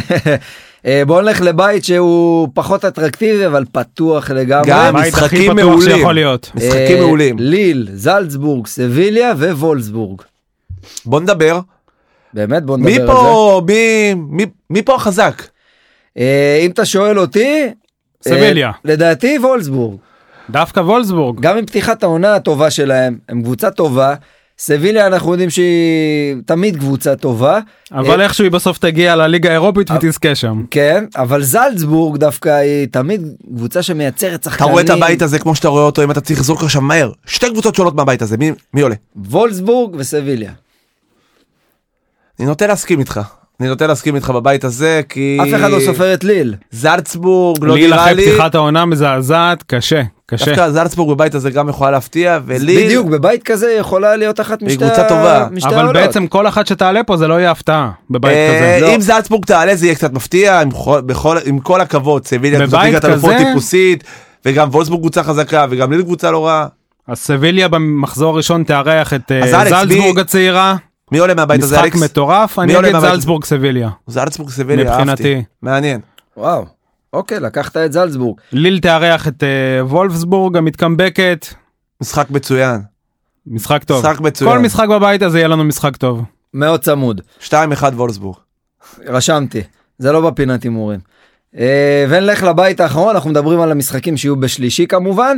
בואו נלך לבית שהוא פחות אטרקטיבי, אבל פתוח לגמרי. גם משחקים מעולים. משחקים מעולים. ליל, זלצבורג, סביליה ווולסבורג. בוא נדבר. באמת, בוא נדבר על זה. מי פה החזק? אם אתה שואל אותי, סביליה. לדעתי וולסבורג. דווקא וולסבורג. גם עם פתיחת העונה הטובה שלהם, הם קבוצה טובה. סביליה אנחנו יודעים שהיא תמיד קבוצה טובה. אבל איכשהו היא בסוף תגיע לליגה האירופית ותזכה שם. כן, אבל זלצבורג דווקא היא תמיד קבוצה שמייצרת שחקנים. אתה רואה את הבית הזה כמו שאתה רואה אותו, אם אתה צריך לזרוק עכשיו מהר. שתי קבוצות שונות מהבית הזה, מי עולה? וולסבורג וסביליה. אני נוטה להסכים איתך בבית הזה, כי... אף אחד לא סופר את ליל. זלצבורג לא ליל נראה לי. אחרי פתיחת העונה מזעזעת, קשה. דווקא זלצבורג בבית הזה גם יכולה להפתיע, וליל... בדיוק, בבית כזה יכולה להיות אחת משתי קבוצה טובה. אבל בעצם כל אחת שתעלה פה זה לא יהיה הפתעה בבית כזה. אם זלצבורג תעלה זה יהיה קצת מפתיע, עם כל הכבוד, סביליה קבוצת ליגת אלופות טיפוסית, וגם וולסבורג קבוצה חזקה, וגם ליל קבוצה לא רעה. אז סביליה במחזור ראשון תארח את זלצבורג הצעירה. מי עולה מהבית הזה, אלכס? משחק מטורף, אני אגיד זלצבורג סביליה. זלצבורג סביליה, מבחינתי. מעניין. וואו, אוקיי, לקחת את זלצבורג. ליל תארח את וולפסבורג המתקמבקת. משחק מצוין. משחק טוב. משחק מצוין. כל משחק בבית הזה יהיה לנו משחק טוב. מאוד צמוד. 2-1 וולפסבורג. רשמתי, זה לא בפינת הימורים. ונלך לבית האחרון, אנחנו מדברים על המשחקים שיהיו בשלישי כמובן.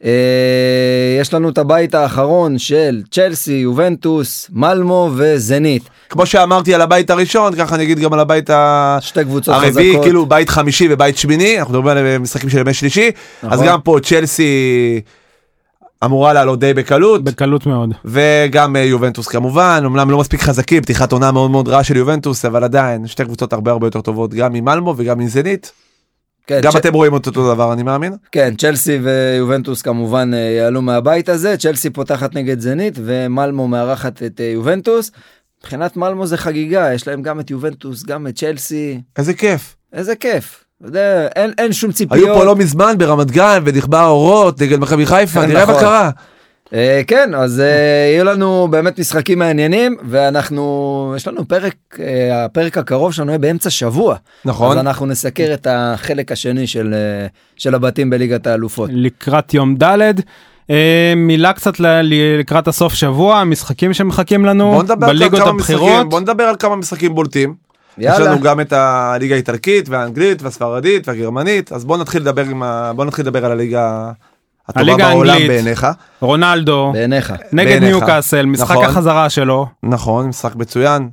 יש לנו את הבית האחרון של צ'לסי, יובנטוס, מלמו וזנית. כמו שאמרתי על הבית הראשון, ככה אני אגיד גם על הבית הרביעי, כאילו בית חמישי ובית שמיני, אנחנו מדברים על משחקים של ימי שלישי, אז גם פה צ'לסי אמורה לעלות די בקלות. בקלות מאוד. וגם יובנטוס כמובן, אומנם לא מספיק חזקים, פתיחת עונה מאוד מאוד רעה של יובנטוס, אבל עדיין שתי קבוצות הרבה יותר טובות, גם ממלמו וגם מזנית. כן, גם אתם רואים אותו דבר, אני מאמין. כן, צ'לסי ויובנטוס כמובן יעלו מהבית הזה, צ'לסי פותחת נגד זנית ומלמו מארחת את יובנטוס. מבחינת מלמו זה חגיגה, יש להם גם את יובנטוס, גם את צ'לסי. איזה כיף. איזה כיף. אין שום ציפיות. היו פה לא מזמן ברמת גן ונכבה האורות נגד מכבי חיפה, נראה מה קרה. כן, אז יהיו לנו באמת משחקים מעניינים, יש לנו הפרק הקרוב שלנו יהיה באמצע שבוע. נכון. אז אנחנו נסקר את החלק השני של הבתים בליגת האלופות. לקראת יום ד'. מילה קצת לקראת הסוף שבוע, המשחקים שמחכים לנו בליגות הבחירות. בוא נדבר על כמה משחקים בולטים. יש לנו גם את הליגה האיטלקית והאנגלית והספרדית והגרמנית, אז בוא נתחיל לדבר על הליגה הטובה בעולם בעיניך. רונלדו, בעיניך. נגד ניוקאסל, משחק החזרה שלו. נכון, משחק מצוין.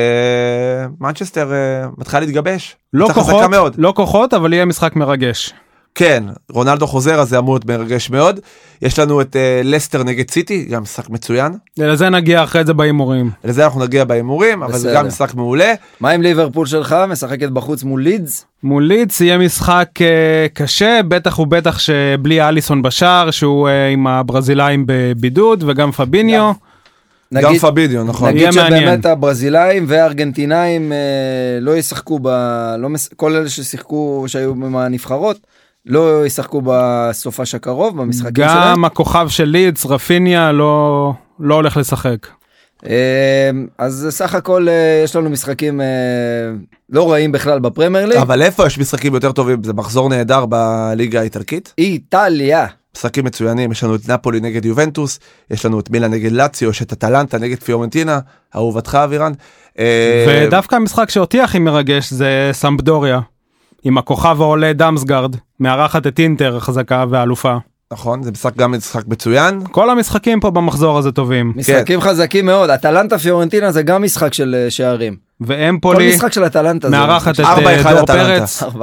מנצ'סטר מתחיל להתגבש. לא כוחות, אבל יהיה משחק מרגש. כן, רונלדו חוזר, אז זה אמור להיות מרגש מאוד. יש לנו את לסטר נגד סיטי, גם משחק מצוין. לזה נגיע אחרי זה באימורים. לזה אנחנו נגיע באימורים, אבל זה גם משחק מעולה. מה עם ליברפול שלך? משחקת בחוץ מול לידס? מול לידס יהיה משחק קשה, בטח ובטח שבלי אליסון בשער, שהוא עם הברזילאים בבידוד, וגם פביניו. גם פביניו, נכון. נגיד שבאמת הברזילאים והארגנטינאים לא ישחקו, כל אלה ששיחקו שהיו מהנבחרות, לא ישחקו בסופש הקרוב במשחקים שלהם. גם הכוכב של לידס, רפיניה, לא הולך לשחק. אז סך הכל יש לנו משחקים לא רעים בכלל בפרמייר ליג. אבל איפה יש משחקים יותר טובים? זה מחזור נהדר בליגה האיטלקית. איטליה. משחקים מצוינים, יש לנו את נפולי נגד יובנטוס, יש לנו את מילאן נגד לאציו, יש את אטלנטה נגד פיורנטינה, אהובתך אבירן. ודווקא המשחק שאותי הכי מרגש זה סמפדוריה, עם הכוכב העולה דמסגרד, מארחת את אינטר חזקה ואלופה. נכון, זה גם משחק מצוין. כל המשחקים פה במחזור הזה טובים. משחקים חזקים מאוד, אטלנטה פיורנטינה זה גם משחק של שערים. ואמפולי, כל משחק של אטלנטה מארחת את דור פרץ. 4-1.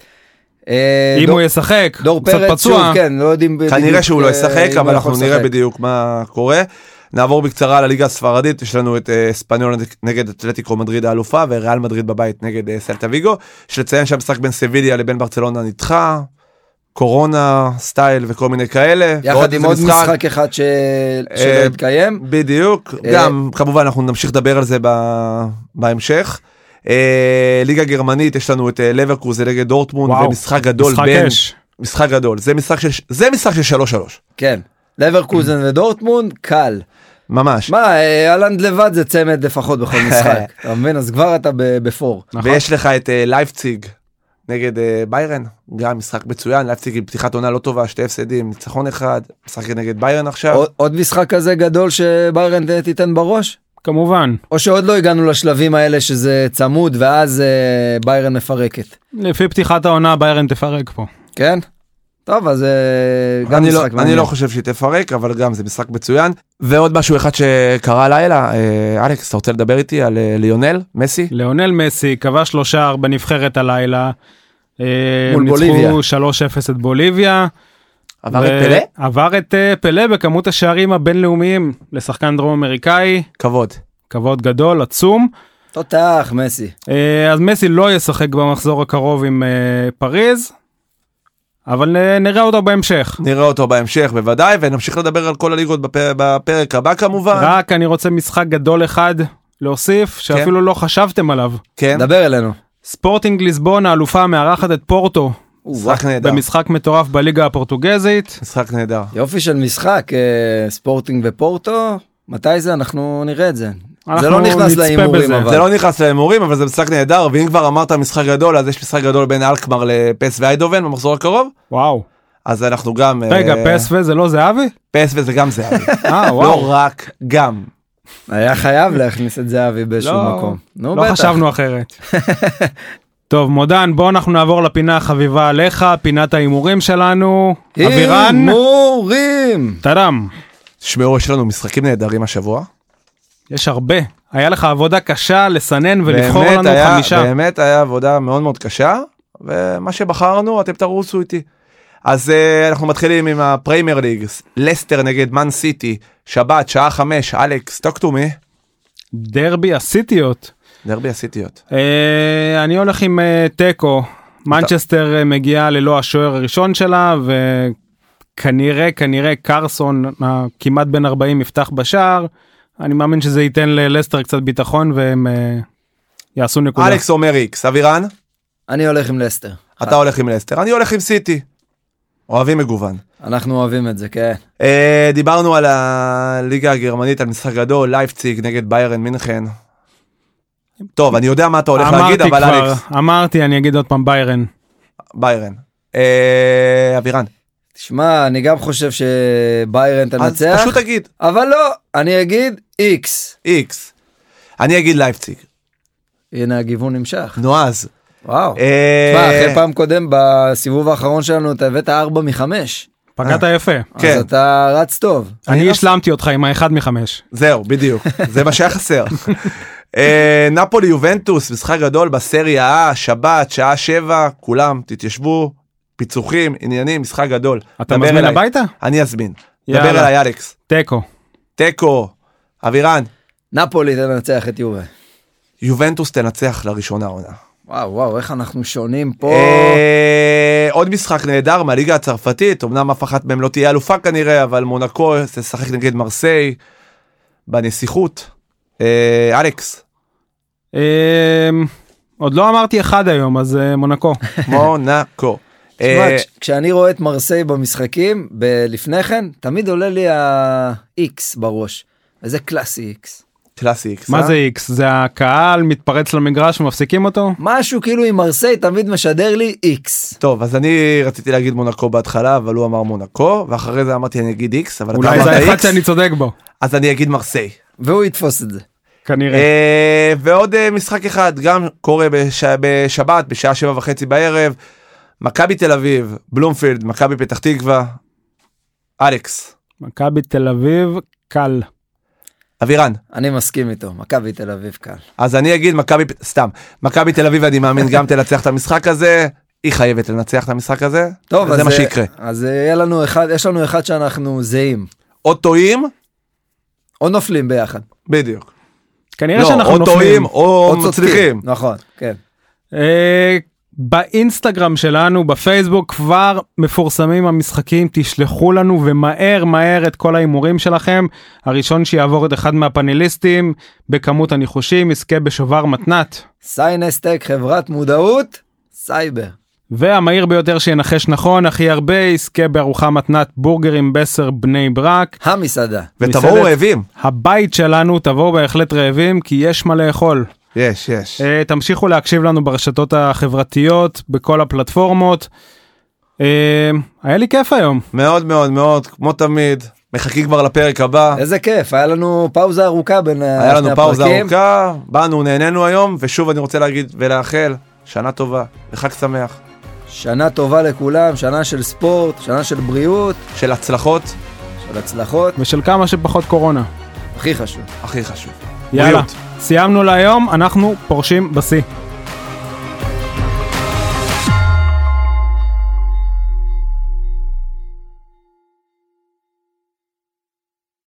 אם הוא ישחק, דור פרץ שוב, כן, לא יודעים בדיוק. כנראה שהוא לא ישחק, אבל אנחנו נראה בדיוק מה קורה. נעבור בקצרה לליגה הספרדית, יש לנו את אספניול נגד אתלטיקו מדריד האלופה, וריאל מדריד בבית נגד סלטה ויגו. יש לציין שהמשחק בין סביליה לבין ברצלונה נדחה, קורונה, סטייל וכל מיני כאלה. יחד עם עוד משחק אחד שלא התקיים. בדיוק, גם כמובן אנחנו נמשיך לדבר על זה בהמשך. ליגה גרמנית, יש לנו את לברקוזן נגד דורטמונד, ומשחק גדול. משחק גדול, זה משחק של 3-3. כן, לברקוזן ודורטמונד, קל. ממש. מה, אלנד לבד זה צמד לפחות בכל משחק. אתה מבין? אז כבר אתה בפור. ויש לך את לייפציג נגד ביירן, גם משחק מצוין, לייפציג עם פתיחת עונה לא טובה, 2 הפסדים, ניצחון אחד, משחק נגד ביירן עכשיו. עוד משחק כזה גדול שביירן תיתן בראש? כמובן. או שעוד לא הגענו לשלבים האלה שזה צמוד ואז ביירן מפרקת? לפי פתיחת העונה ביירן תפרק פה. כן? טוב, אז גם משחק. אני לא חושב שהיא תפרק, אבל גם זה משחק מצוין. ועוד משהו אחד שקרה לילה, אלכס, אתה רוצה לדבר איתי על ליונל מסי? ליונל מסי כבש 3 שערים בנבחרת הלילה. מול בוליביה. ניצחו 3-0 את בוליביה. עבר את פלה? עבר את פלה בכמות השערים הבינלאומיים לשחקן דרום אמריקאי. כבוד. כבוד גדול, עצום. תותח, מסי. אז מסי לא ישחק במחזור הקרוב עם פריז. אבל נראה אותו בהמשך. נראה אותו בהמשך בוודאי, ונמשיך לדבר על כל הליגות בפרק הבא כמובן. רק אני רוצה משחק גדול אחד להוסיף, שאפילו לא חשבתם עליו. כן. דבר אלינו. ספורטינג ליסבון, האלופה מארחת את פורטו. משחק נהדר. במשחק מטורף בליגה הפורטוגזית. משחק נהדר. יופי של משחק, ספורטינג ופורטו. מתי זה? אנחנו נראה את זה. זה לא נכנס להימורים, אבל. זה לא נכנס להימורים, אבל זה משחק נהדר, ואם כבר אמרת משחק גדול, אז יש משחק גדול בין אלקמר לפס ואיידובן במחזור הקרוב. וואו. אז אנחנו גם... רגע, פס וזה לא זהבי? פס וזה גם זהבי. וואו. לא רק, גם. היה חייב להכניס את זהבי באיזשהו מקום. לא חשבנו אחרת. טוב, מודן, בוא אנחנו נעבור לפינה החביבה עליך, פינת ההימורים שלנו. אבירן. הימורים. תדם. שמעו, יש לנו משחקים נהדרים השבוע. יש הרבה. היה לך עבודה קשה לסנן ולבחור לנו 5. באמת היה עבודה מאוד מאוד קשה, ומה שבחרנו אתם תרוצו איתי. אז אנחנו מתחילים עם הפריימר ליג, לסטר נגד מן סיטי, שבת, שעה 5, אלכס, talk to me. דרבי הסיטיות. דרבי הסיטיות. אני הולך עם טקו, מנצ'סטר מגיעה ללא השוער הראשון שלה, וכנראה קרסון, כמעט בין 40 יפתח בשער, אני מאמין שזה ייתן ללסטר קצת ביטחון, והם יעשו נקודה. אלכס אומר איקס, אבירן? אני הולך עם לסטר. אתה הולך עם לסטר, אני הולך עם סיטי. אוהבים מגוון. אנחנו אוהבים את זה, כן. דיברנו על הליגה הגרמנית, על משחק גדול, לייפציג נגד ביירן מינכן. טוב, אני יודע מה אתה הולך להגיד, אבל אלכס. אמרתי, אני אגיד עוד פעם ביירן. ביירן. אבירן. תשמע, אני גם חושב שביירן תנצח. אז פשוט תגיד. אבל לא, אני אגיד איקס. איקס. אני אגיד לייפציג. הנה הגיוון נמשך. נו אז. וואו. תשמע, אחרי פעם קודם, בסיבוב האחרון שלנו, אתה הבאת 4 מ-5. פגעת יפה. אז אתה רץ טוב. אני השלמתי אותך עם 1 מ-5. זהו, בדיוק. זה מה שהיה חסר. נפולי יובנטוס, משחק גדול בסריה, שבת, שעה 7, כולם תתיישבו, פיצוחים, עניינים, משחק גדול. אתה מזמין הביתה? אני אזמין. דבר אליי, אלכס. טקו. טקו. אבירן. נפולי תנצח את יובה. יובנטוס תנצח לראשונה עונה. וואו, איך אנחנו שונים פה. עוד משחק נהדר מהליגה הצרפתית, אמנם אף אחת מהם לא תהיה אלופה כנראה, אבל מונקו תשחק נגד מרסיי, בנסיכות. אלכס. עוד לא אמרתי אחד היום, אז מונקו. מונקו. כשאני רואה את מרסיי במשחקים, לפני כן, תמיד עולה לי ה-X בראש. וזה קלאסי X. קלאסי X. מה זה X? זה הקהל מתפרץ למגרש ומפסיקים אותו? משהו כאילו עם מרסיי תמיד משדר לי X. טוב, אז אני רציתי להגיד מונקו בהתחלה, אבל הוא אמר מונקו, ואחרי זה אמרתי אני אגיד X, אבל אולי זה אחד שאני צודק בו. אז אני אגיד מרסיי. והוא יתפוס את זה. כנראה. ועוד משחק אחד, גם קורה בשבת, בשעה 7:30 בערב, מכבי תל אביב, בלומפילד, מכבי פתח תקווה, אלכס. מכבי תל אביב, קל. אבירן. אני מסכים איתו, מכבי תל אביב קל. אז אני אגיד מכבי תל אביב, אני מאמין גם תנצח את המשחק הזה, היא חייבת לנצח את המשחק הזה, טוב, וזה מה שיקרה. אז יש לנו אחד שאנחנו זהים. או טועים, או נופלים ביחד. בדיוק. כנראה שאנחנו נופלים. או טועים, או מצליחים. נכון, כן. באינסטגרם שלנו, בפייסבוק, כבר מפורסמים המשחקים, תשלחו לנו ומהר מהר את כל האימורים שלכם. הראשון שיעבור את אחד מהפאנליסטים בכמות הניחושים יזכה בשובר מתנת. סיינסטק, חברת מודעות, סייבר. והמהיר ביותר שינחש נכון הכי הרבה יזכה בארוחה מתנת בורגרים בסר בני ברק. המסעדה. ותבואו רעבים. הבית שלנו, תבואו בהחלט רעבים כי יש מה לאכול. יש. תמשיכו להקשיב לנו ברשתות החברתיות, בכל הפלטפורמות. היה לי כיף היום. מאוד מאוד מאוד, כמו תמיד. מחכים כבר לפרק הבא. איזה כיף, היה לנו פאוזה ארוכה בין שני הפרקים. היה לנו פאוזה ארוכה, באנו, נהנינו היום, ושוב אני רוצה להגיד ולאחל, שנה טובה, וחג שמח. שנה טובה לכולם, שנה של ספורט, שנה של בריאות. של הצלחות. ושל כמה שפחות קורונה. הכי חשוב. הכי חשוב. יאללה, סיימנו להיום, אנחנו פורשים בשיא.